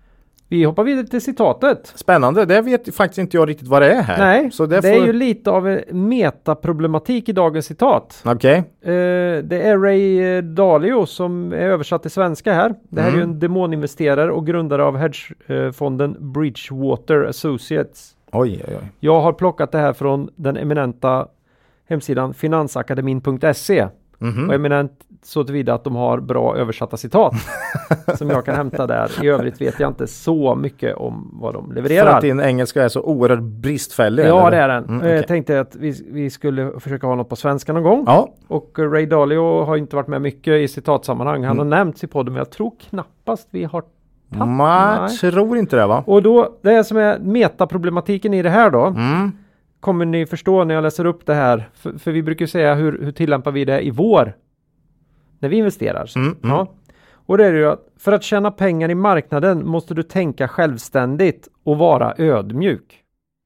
Vi hoppar vidare till citatet. spännande. Det vet faktiskt inte jag riktigt vad det är här. Nej, så det, det, är får... ju lite av en metaproblematik i dagens citat. Okej. Eh, det är Ray eh, Dalio som är översatt till svenska här. Det här Mm. är ju en demoninvesterare och grundare av hedgefonden Bridgewater Associates. Oj, oj, oj. Jag har plockat det här från den eminenta hemsidan finansakademin punkt se. Mhm. Och eminent så tillvida att de har bra översatta citat som jag kan hämta där. I övrigt vet jag inte så mycket om vad de För levererar. att din engelska är så oerhört bristfällig? Ja, eller? det är den. Mm, Eh, okej. Jag tänkte att vi, vi skulle försöka ha något på svenska någon gång. Ja, Och Ray Dalio har inte varit med mycket i citatsammanhang. Han Mm. har nämnts i podden, men jag tror knappast vi har tagit. man Nej. tror inte det va? Och då, det som är metaproblematiken i det här då, Mm. kommer ni förstå när jag läser upp det här. För, för vi brukar ju säga hur, hur tillämpar vi det i vår, när vi investerar. Så, Mm, mm. Ja. Och det är ju att för att tjäna pengar i marknaden måste du tänka självständigt och vara ödmjuk.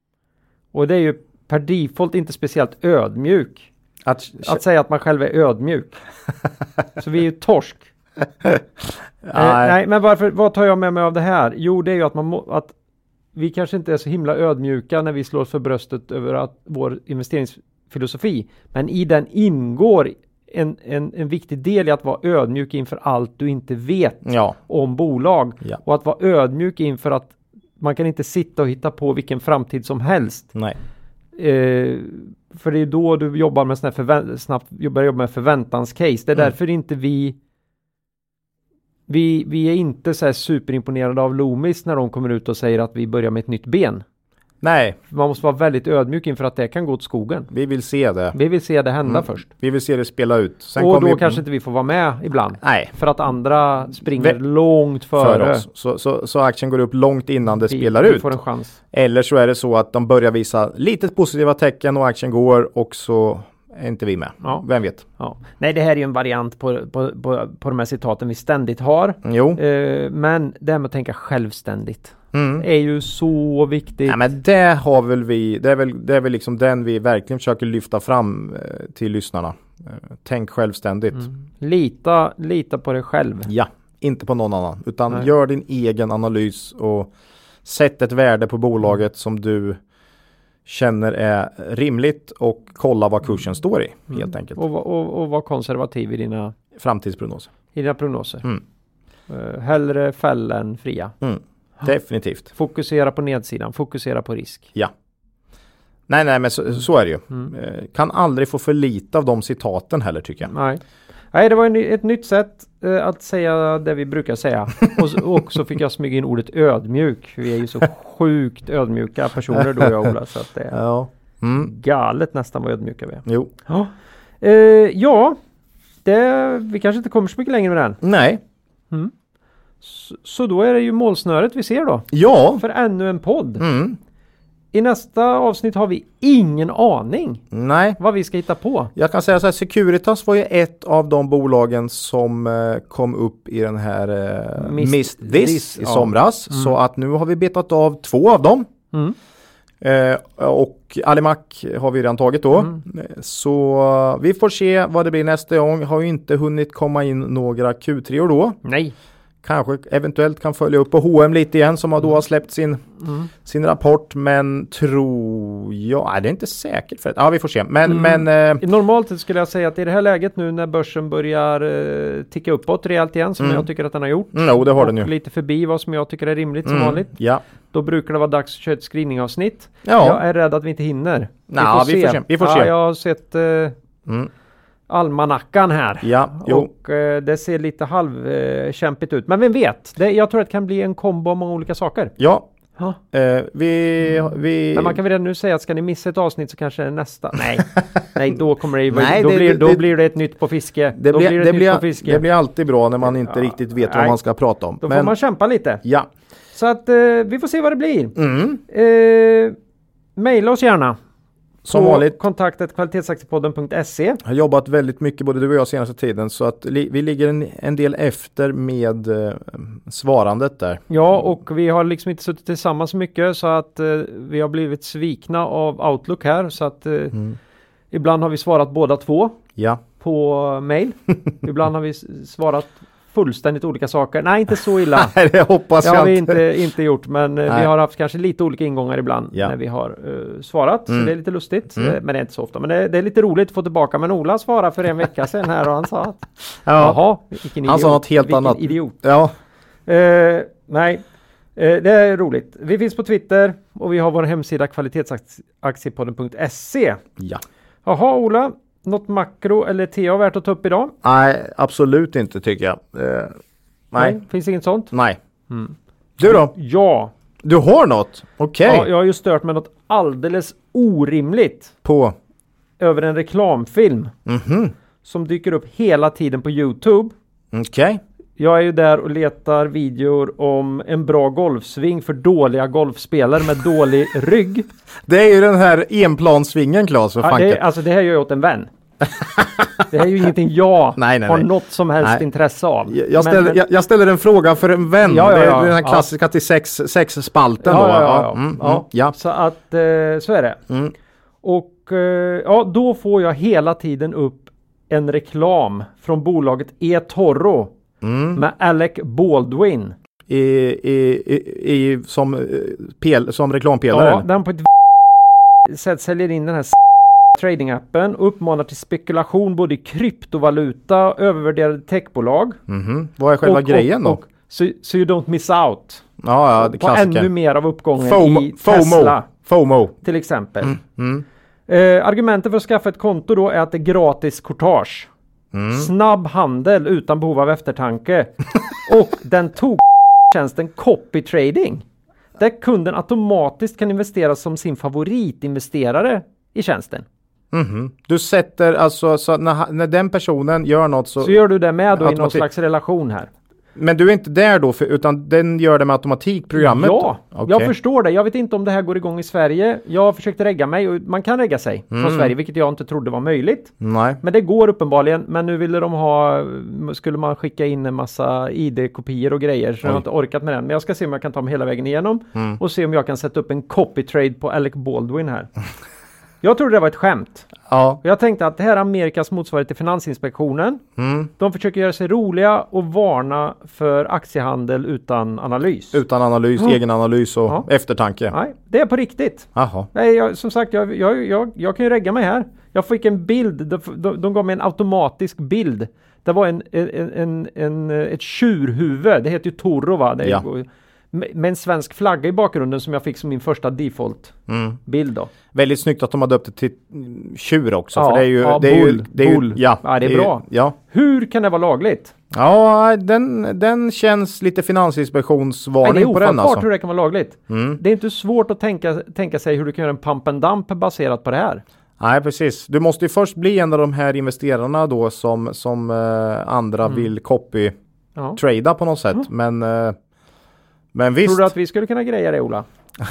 Och det är ju per default inte speciellt ödmjuk Att, att säga att man själv är ödmjuk. Så vi är ju torsk. Eh, nej. nej, men varför, vad tar jag med mig av det här? Jo, det är ju att, man må, att vi kanske inte är så himla ödmjuka när vi slår oss för bröstet över att vår investeringsfilosofi. Men i den ingår en, en, en viktig del i att vara ödmjuk inför allt du inte vet Ja. om bolag. Ja. Och att vara ödmjuk inför att man kan inte sitta och hitta på vilken framtid som helst. Nej. Eh, för det är då du jobbar med såna här förvä- snabbt börjar jobba med förväntanscase. Det är Mm. därför inte vi vi, vi är inte så här superimponerade av Loomis när de kommer ut och säger att vi börjar med ett nytt ben. Nej, Man måste vara väldigt ödmjuk inför att det kan gå åt skogen. vi vill se det. Vi vill se det hända Mm. först. Vi vill se det spela ut. Sen och kommer då vi- kanske inte vi får vara med ibland. Nej, För att andra springer Vä- långt före. för oss. Så, så, så aktien går upp långt innan det Vi, spelar vi ut. får en chans. Eller så är det så att de börjar visa lite positiva tecken och aktien går och så är inte vi med. Ja. Vem vet? Ja. Nej, det här är ju en variant på, på, på, på de här citaten vi ständigt har. Jo, Eh, men det här med att tänka självständigt. Mm. är ju så viktigt. Ja, men det har väl vi, det är väl, det är väl liksom den vi verkligen försöker lyfta fram eh, till lyssnarna. Eh, tänk självständigt. Mm. Lita, lita på dig själv. Ja, inte på någon annan. Utan Nej. gör din egen analys och sätt ett värde på bolaget som du känner är rimligt och kolla vad kursen står i, Mm. helt enkelt. Och, va- och, och var konservativ i dina, Framtidsprognoser. i dina prognoser. Mm. Uh, hellre fälla än fria. Mm. Definitivt. Fokusera på nedsidan, fokusera på risk. Ja. Nej, nej, men så, så är det ju. Mm. Eh, kan aldrig få för lite av de citaten heller, tycker jag. Nej. Nej, det var en, ett nytt sätt eh, att säga det vi brukar säga. Och, så- och så fick jag smyga in ordet ödmjuk. Vi är ju så sjukt ödmjuka personer då, jag och Ola, så att det är Ja. Mm. galet nästan vad ödmjuka vi är. Jo. Ja, eh, ja det, vi kanske inte kommer så mycket längre med den. Nej. Så, så då är det ju målsnöret vi ser då. Ja. För ännu en podd. Mm. I nästa avsnitt har vi ingen aning Nej. vad vi ska hitta på. Jag kan säga så här, Securitas var ju ett av de bolagen som eh, kom upp i den här eh, Mist- Mist This This, i ja. somras. Mm. Så att nu har vi betat av två av dem. Mm. Eh, och Alimac har vi redan tagit då. Mm. Eh, Så eh, vi får se vad det blir nästa gång. Har ju inte hunnit komma in några Q tre år då. Nej. Kanske eventuellt kan följa upp på H och M lite igen som har då har släppt sin, Mm. sin rapport. Men tror jag, nej, det är inte säkert för det. Ja, vi får se. Men, Mm. men eh, Normalt skulle jag säga att i det här läget nu när börsen börjar eh, ticka uppåt rejält igen som Mm. jag tycker att den har gjort. no, det har den och ju. lite förbi vad som jag tycker är rimligt som Mm, vanligt. Ja. Då brukar det vara dags att köra ett screeningavsnitt. Ja. Jag är rädd att vi inte hinner. Nja, vi får se. Vi får ja, se. Jag har sett eh, Mm. almanackan här. Ja, jo. Och eh, det ser lite halvkämpigt ut. Men vem vet? Det, jag tror att det kan bli en kombo av många olika saker. Ja. Ja. Eh, vi, vi... Men man kan väl redan nu säga att ska ni missa ett avsnitt så kanske det är nästa. Nej, nej då kommer det ju Nej, då, det- blir, då det- blir det ett nytt på fiske. det, då blir, blir det, det, ett blir, nytt på fiske. det blir alltid bra när man inte Ja, riktigt vet nej. vad man ska prata om. Då får man kämpa lite. Ja. Så att eh, vi får se vad det blir. Mm. Eh, maila oss gärna. Som på vanligt. kontaktet kvalitetsaktiepodden punkt se. Har jobbat väldigt mycket både du och jag senaste tiden så att li, vi ligger en, en del efter med eh, svarandet där. Ja, och vi har liksom inte suttit tillsammans så mycket så att eh, vi har blivit svikna av Outlook här så att eh, Mm. ibland har vi svarat båda två Ja. på mail. Ibland har vi s- svarat fullständigt olika saker. Nej, inte så illa. Nej, det hoppas Det har jag vi inte. inte, inte gjort, men eh, vi Nej. har haft kanske lite olika ingångar ibland Ja. när vi har eh, svarat. Mm. Så det är lite lustigt, Mm. eh, men det är inte så ofta. Men det, det är lite roligt att få tillbaka. Men Ola svarade för en vecka sedan här och han sa att Ja. jaha, vilken Han idiot. sa något helt vilken annat. idiot. Ja. Eh, nej, eh, det är roligt. Vi finns på Twitter och vi har vår hemsida kvalitetsaktiepodden punkt se. Ja. Jaha, Ola, något makro eller T A värt att ta upp idag? Nej, absolut inte tycker jag. Eh, nej. Finns inget sånt? Nej. Mm. Du då? Ja. Du har något? Okej. ja, jag har ju stört med något alldeles orimligt På? över en reklamfilm Mhm. som dyker upp hela tiden på YouTube. Okej. Jag är ju där och letar videor om en bra golfsving för dåliga golfspelare med dålig rygg. Det är ju den här enplansvingen, Claes, för Ja, fanken. det, alltså det här gör jag åt en vän. Det här är ju ingenting jag Nej, nej, har nej. något som helst Nej. intresse av. Jag, jag, Men- ställer, jag, jag ställer en fråga för en vän. Ja, ja, det är ja. den här Ja. klassiska till sex, sex spalten Ja, då. ja, va? ja, ja. Mm, Ja. mm, ja. Så att eh, så är det. Mm. Och eh, ja, då får jag hela tiden upp en reklam från bolaget eToro Mm. med Alec Baldwin. I, i, i, i, som, eh, pel, som reklampelare? Ja, eller? den på ett sätt säljer in den här tradingappen och uppmanar till spekulation både i kryptovaluta och övervärderade techbolag. Mhm. Vad är själva och, grejen och, då? och, så, så you don't miss out. Ja, ja, det på klassiker. ännu mer av uppgången FOMO, i FOMO, Tesla FOMO. till exempel. Mm. Eh, argumentet för att skaffa ett konto då är att det är gratis courtage. Mm. Snabb handel utan behov av eftertanke. Och den tog tjänsten copy trading. Där kunden automatiskt kan investera som sin favoritinvesterare i tjänsten. Mhm. Du sätter alltså, så när, han- när den personen gör något så... Så gör du det med då i någon Automatik. slags relation här. Men du är inte där då, för, utan den gör det med automatik, programmet? Ja, okay. Jag förstår det. Jag vet inte om det här går igång i Sverige. Jag har försökt regga mig och man kan regga sig mm. från Sverige, vilket jag inte trodde var möjligt. Nej. Men det går uppenbarligen. Men nu ville de ha, skulle man skicka in en massa I D-kopior och grejer, så Oj. jag har inte orkat med den. Men jag ska se om jag kan ta mig hela vägen igenom mm. och se om jag kan sätta upp en copy trade på Alec Baldwin här. Jag trodde det var ett skämt. Ja. Jag tänkte att det här är Amerikas motsvarighet till Finansinspektionen. Mm. De försöker göra sig roliga och varna för aktiehandel utan analys. Utan analys, mm. egen analys och ja. eftertanke. Nej, det är på riktigt. Jaha. Nej, jag, som sagt, jag, jag, jag, jag kan ju regga mig här. Jag fick en bild, de, de, de gav mig en automatisk bild. Det var en, en, en, en, ett tjurhuvud, det heter ju Toro va? Det är, ja. Med en svensk flagga i bakgrunden som jag fick som min första default-bild mm. då. Väldigt snyggt att de har döpt det till tjur också. Ja, för det är ju, ja, det är bull, ju, det är bull. Ju, ja, ja, det är det bra. Är, ja. Hur kan det vara lagligt? Ja, den, den känns lite finansinspektionsvarning Nej, på den alltså. hur det kan vara lagligt. Mm. Det är inte svårt att tänka, tänka sig hur du kan göra en pump and dump baserat på det här. Nej, precis. Du måste ju först bli en av de här investerarna då som, som eh, andra mm. vill copy-trada ja. på något sätt. Mm. Men, eh, men visst. Tror du att vi skulle kunna greja det, Ola?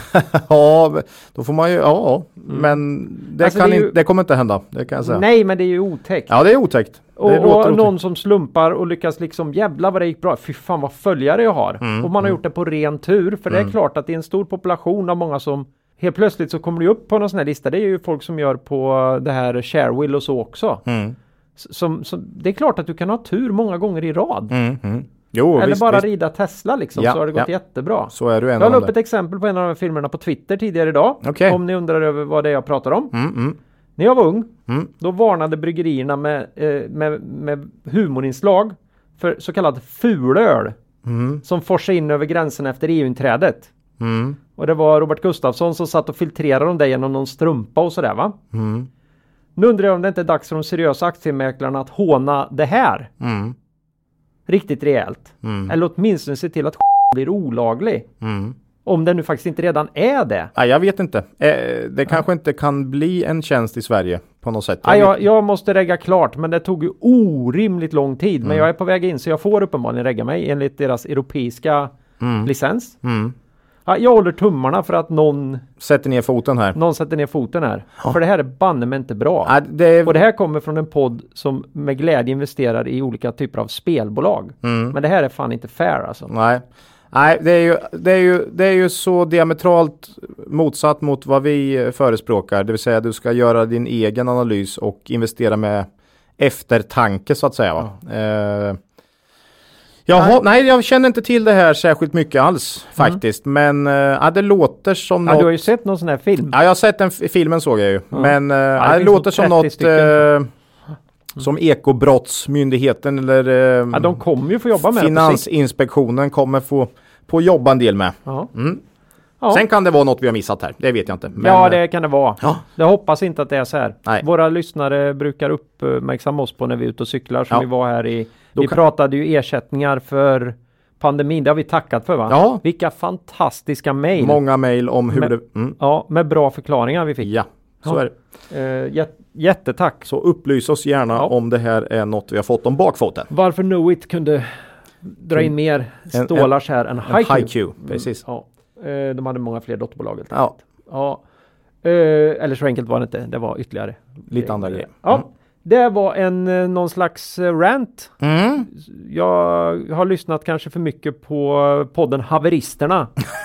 Ja, då får man ju, ja, mm. men det, alltså kan det, ju, in, det kommer inte hända, det kan jag säga. Nej, men det är ju otäckt. Ja, det är otäckt. Och, det och otäckt. någon som slumpar och lyckas liksom, jävla vad det gick bra. Fy fan vad följare jag har. Mm, och man har mm. gjort det på ren tur. För mm. det är klart att det är en stor population av många som helt plötsligt så kommer det upp på någon sån här lista. Det är ju folk som gör på det här Sharewill och så också. Mm. Som, som, det är klart att du kan ha tur många gånger i rad. Mm, mm. Jo, Eller visst, bara visst. rida Tesla liksom, ja, så har det gått ja. jättebra. Så är du en jag la upp ett exempel på en av de här filmerna på Twitter tidigare idag. Okay. Om ni undrar över vad det är jag pratar om. Mm, mm. När jag var ung, mm. då varnade bryggerierna med, eh, med, med humorinslag för så kallad fulöl. Mm. Som forsade in över gränsen efter E U-inträdet. Mm. Och det var Robert Gustafsson som satt och filtrerade dem där genom någon strumpa och sådär va? Mm. Nu undrar jag om det inte är dags för de seriösa aktiemäklarna att håna det här. Mm. Riktigt rejält. Mm. Eller åtminstone se till att blir olaglig. Mm. Om det nu faktiskt inte redan är det. Nej, jag vet inte. Eh, det kanske ja. inte kan bli en tjänst i Sverige på något sätt. Jag, ja, jag, jag måste regga klart, men det tog ju orimligt lång tid. Mm. Men jag är på väg in så jag får uppenbarligen regga mig enligt deras europeiska mm. licens. Mm. Ja, jag håller tummarna för att någon sätter ner foten här. Någon sätter ner foten här. Ja. För det här är banne men inte bra. Ja, det... Och det här kommer från en podd som med glädje investerar i olika typer av spelbolag. Mm. Men det här är fan inte fair alltså. Nej. Nej, det är, ju, det, är ju, det är ju så diametralt motsatt mot vad vi förespråkar. Det vill säga att du ska göra din egen analys och investera med eftertanke så att säga. Va? Ja. Eh, Jaha, nej. nej, jag känner inte till det här särskilt mycket alls faktiskt. Mm. Men äh, ja, det låter som ja, något... Du har ju sett någon sån här film. Ja, jag har sett den f- filmen såg jag ju. Mm. Men äh, ja, det, det låter som något äh, som Ekobrottsmyndigheten eller äh, ja, de kommer ju få jobba med Finansinspektionen kommer få, få jobba en del med. Ja. Mm. Ja. Sen kan det vara något vi har missat här. Det vet jag inte. Men, ja, det kan det vara. Ja. Jag hoppas inte att det är så här. Nej. Våra lyssnare brukar uppmärksamma oss på när vi är ute och cyklar. Som ja. vi var här i. Då vi kan... pratade ju ersättningar för pandemin. Det har vi tackat för va? Ja. Vilka fantastiska mejl. Många mejl om hur med, det... Mm. Ja, med bra förklaringar vi fick. Ja, så ja. är det. Uh, jät- jättetack. Så upplys oss gärna ja. om det här är något vi har fått om bakfoten. Varför Knowit kunde dra in mer stålars här än HiQ. HiQ, precis. Mm, ja. uh, de hade många fler dotterbolag. Helt ja. ja. Uh, eller så enkelt var det inte. Det var ytterligare. Lite andra grejer. Ja. Mm. Det var en någon slags rant. Mm. Jag har lyssnat kanske för mycket på podden Haveristerna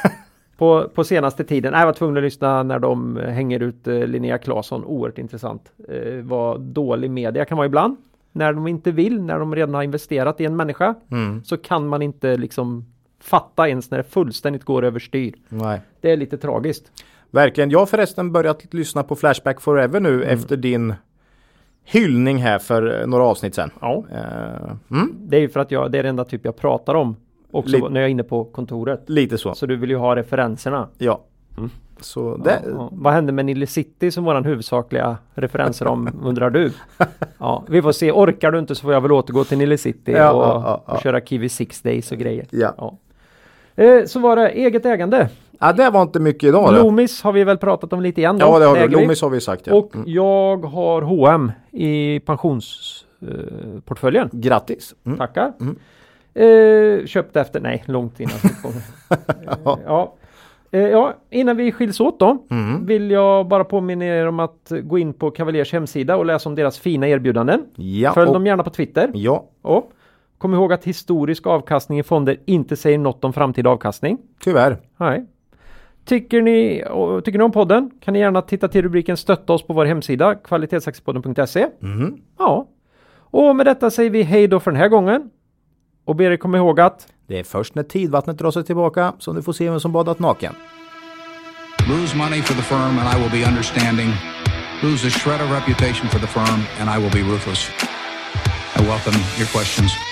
på, på senaste tiden. Jag var tvungen att lyssna när de hänger ut Linnea Claesson. Oerhört intressant. Eh, vad dålig media kan vara ibland. När de inte vill, när de redan har investerat i en människa. Mm. Så kan man inte liksom fatta ens när det fullständigt går överstyr. Nej. Det är lite tragiskt. Verkligen. Jag har förresten börjat lyssna på Flashback Forever nu mm. efter din hyllning här för några avsnitt sedan. Ja. Uh, mm. Det är ju för att jag, det är den enda typ jag pratar om också Lite. när jag är inne på kontoret. Lite så. Så du vill ju ha referenserna. Ja. Mm. Så det... Ja, ja. Vad hände med Nile City som våran huvudsakliga referenser om, undrar du? Ja, vi får se. Orkar du inte så får jag väl återgå till Nile City ja, och, ja, ja, ja. och köra Kiwi Six Days och grejer. Ja. Ja. Eh, så var det eget ägande. Ja, det var inte mycket idag. Loomis har vi väl pratat om lite igen då. Ja, det har vi. Loomis har vi sagt. Ja. Och mm. jag har H och M i pensionsportföljen. Uh, Grattis. Mm. Tackar. Mm. Eh, köpte efter, nej, långt innan. eh, ja. Eh, ja, innan vi skiljs åt då Mm. vill jag bara påminna er om att gå in på Cavaliers hemsida och läsa om deras fina erbjudanden. Ja, Följ och- dem gärna på Twitter. Ja, Och kom ihåg att historisk avkastning i fonder inte säger något om framtida avkastning. tyvärr. Nej. Tycker ni, och, tycker ni om podden kan ni gärna titta till rubriken stötta oss på vår hemsida kvalitetsaktiepodden punkt se. Mm. Ja. Och med detta säger vi hej då för den här gången. Och ber er komma ihåg att Det är först när tidvattnet drar sig tillbaka som du får se vem som badat naken. Lose money for the firm and I will be understanding. Lose a shred of reputation for the firm and I will be ruthless. I welcome your questions.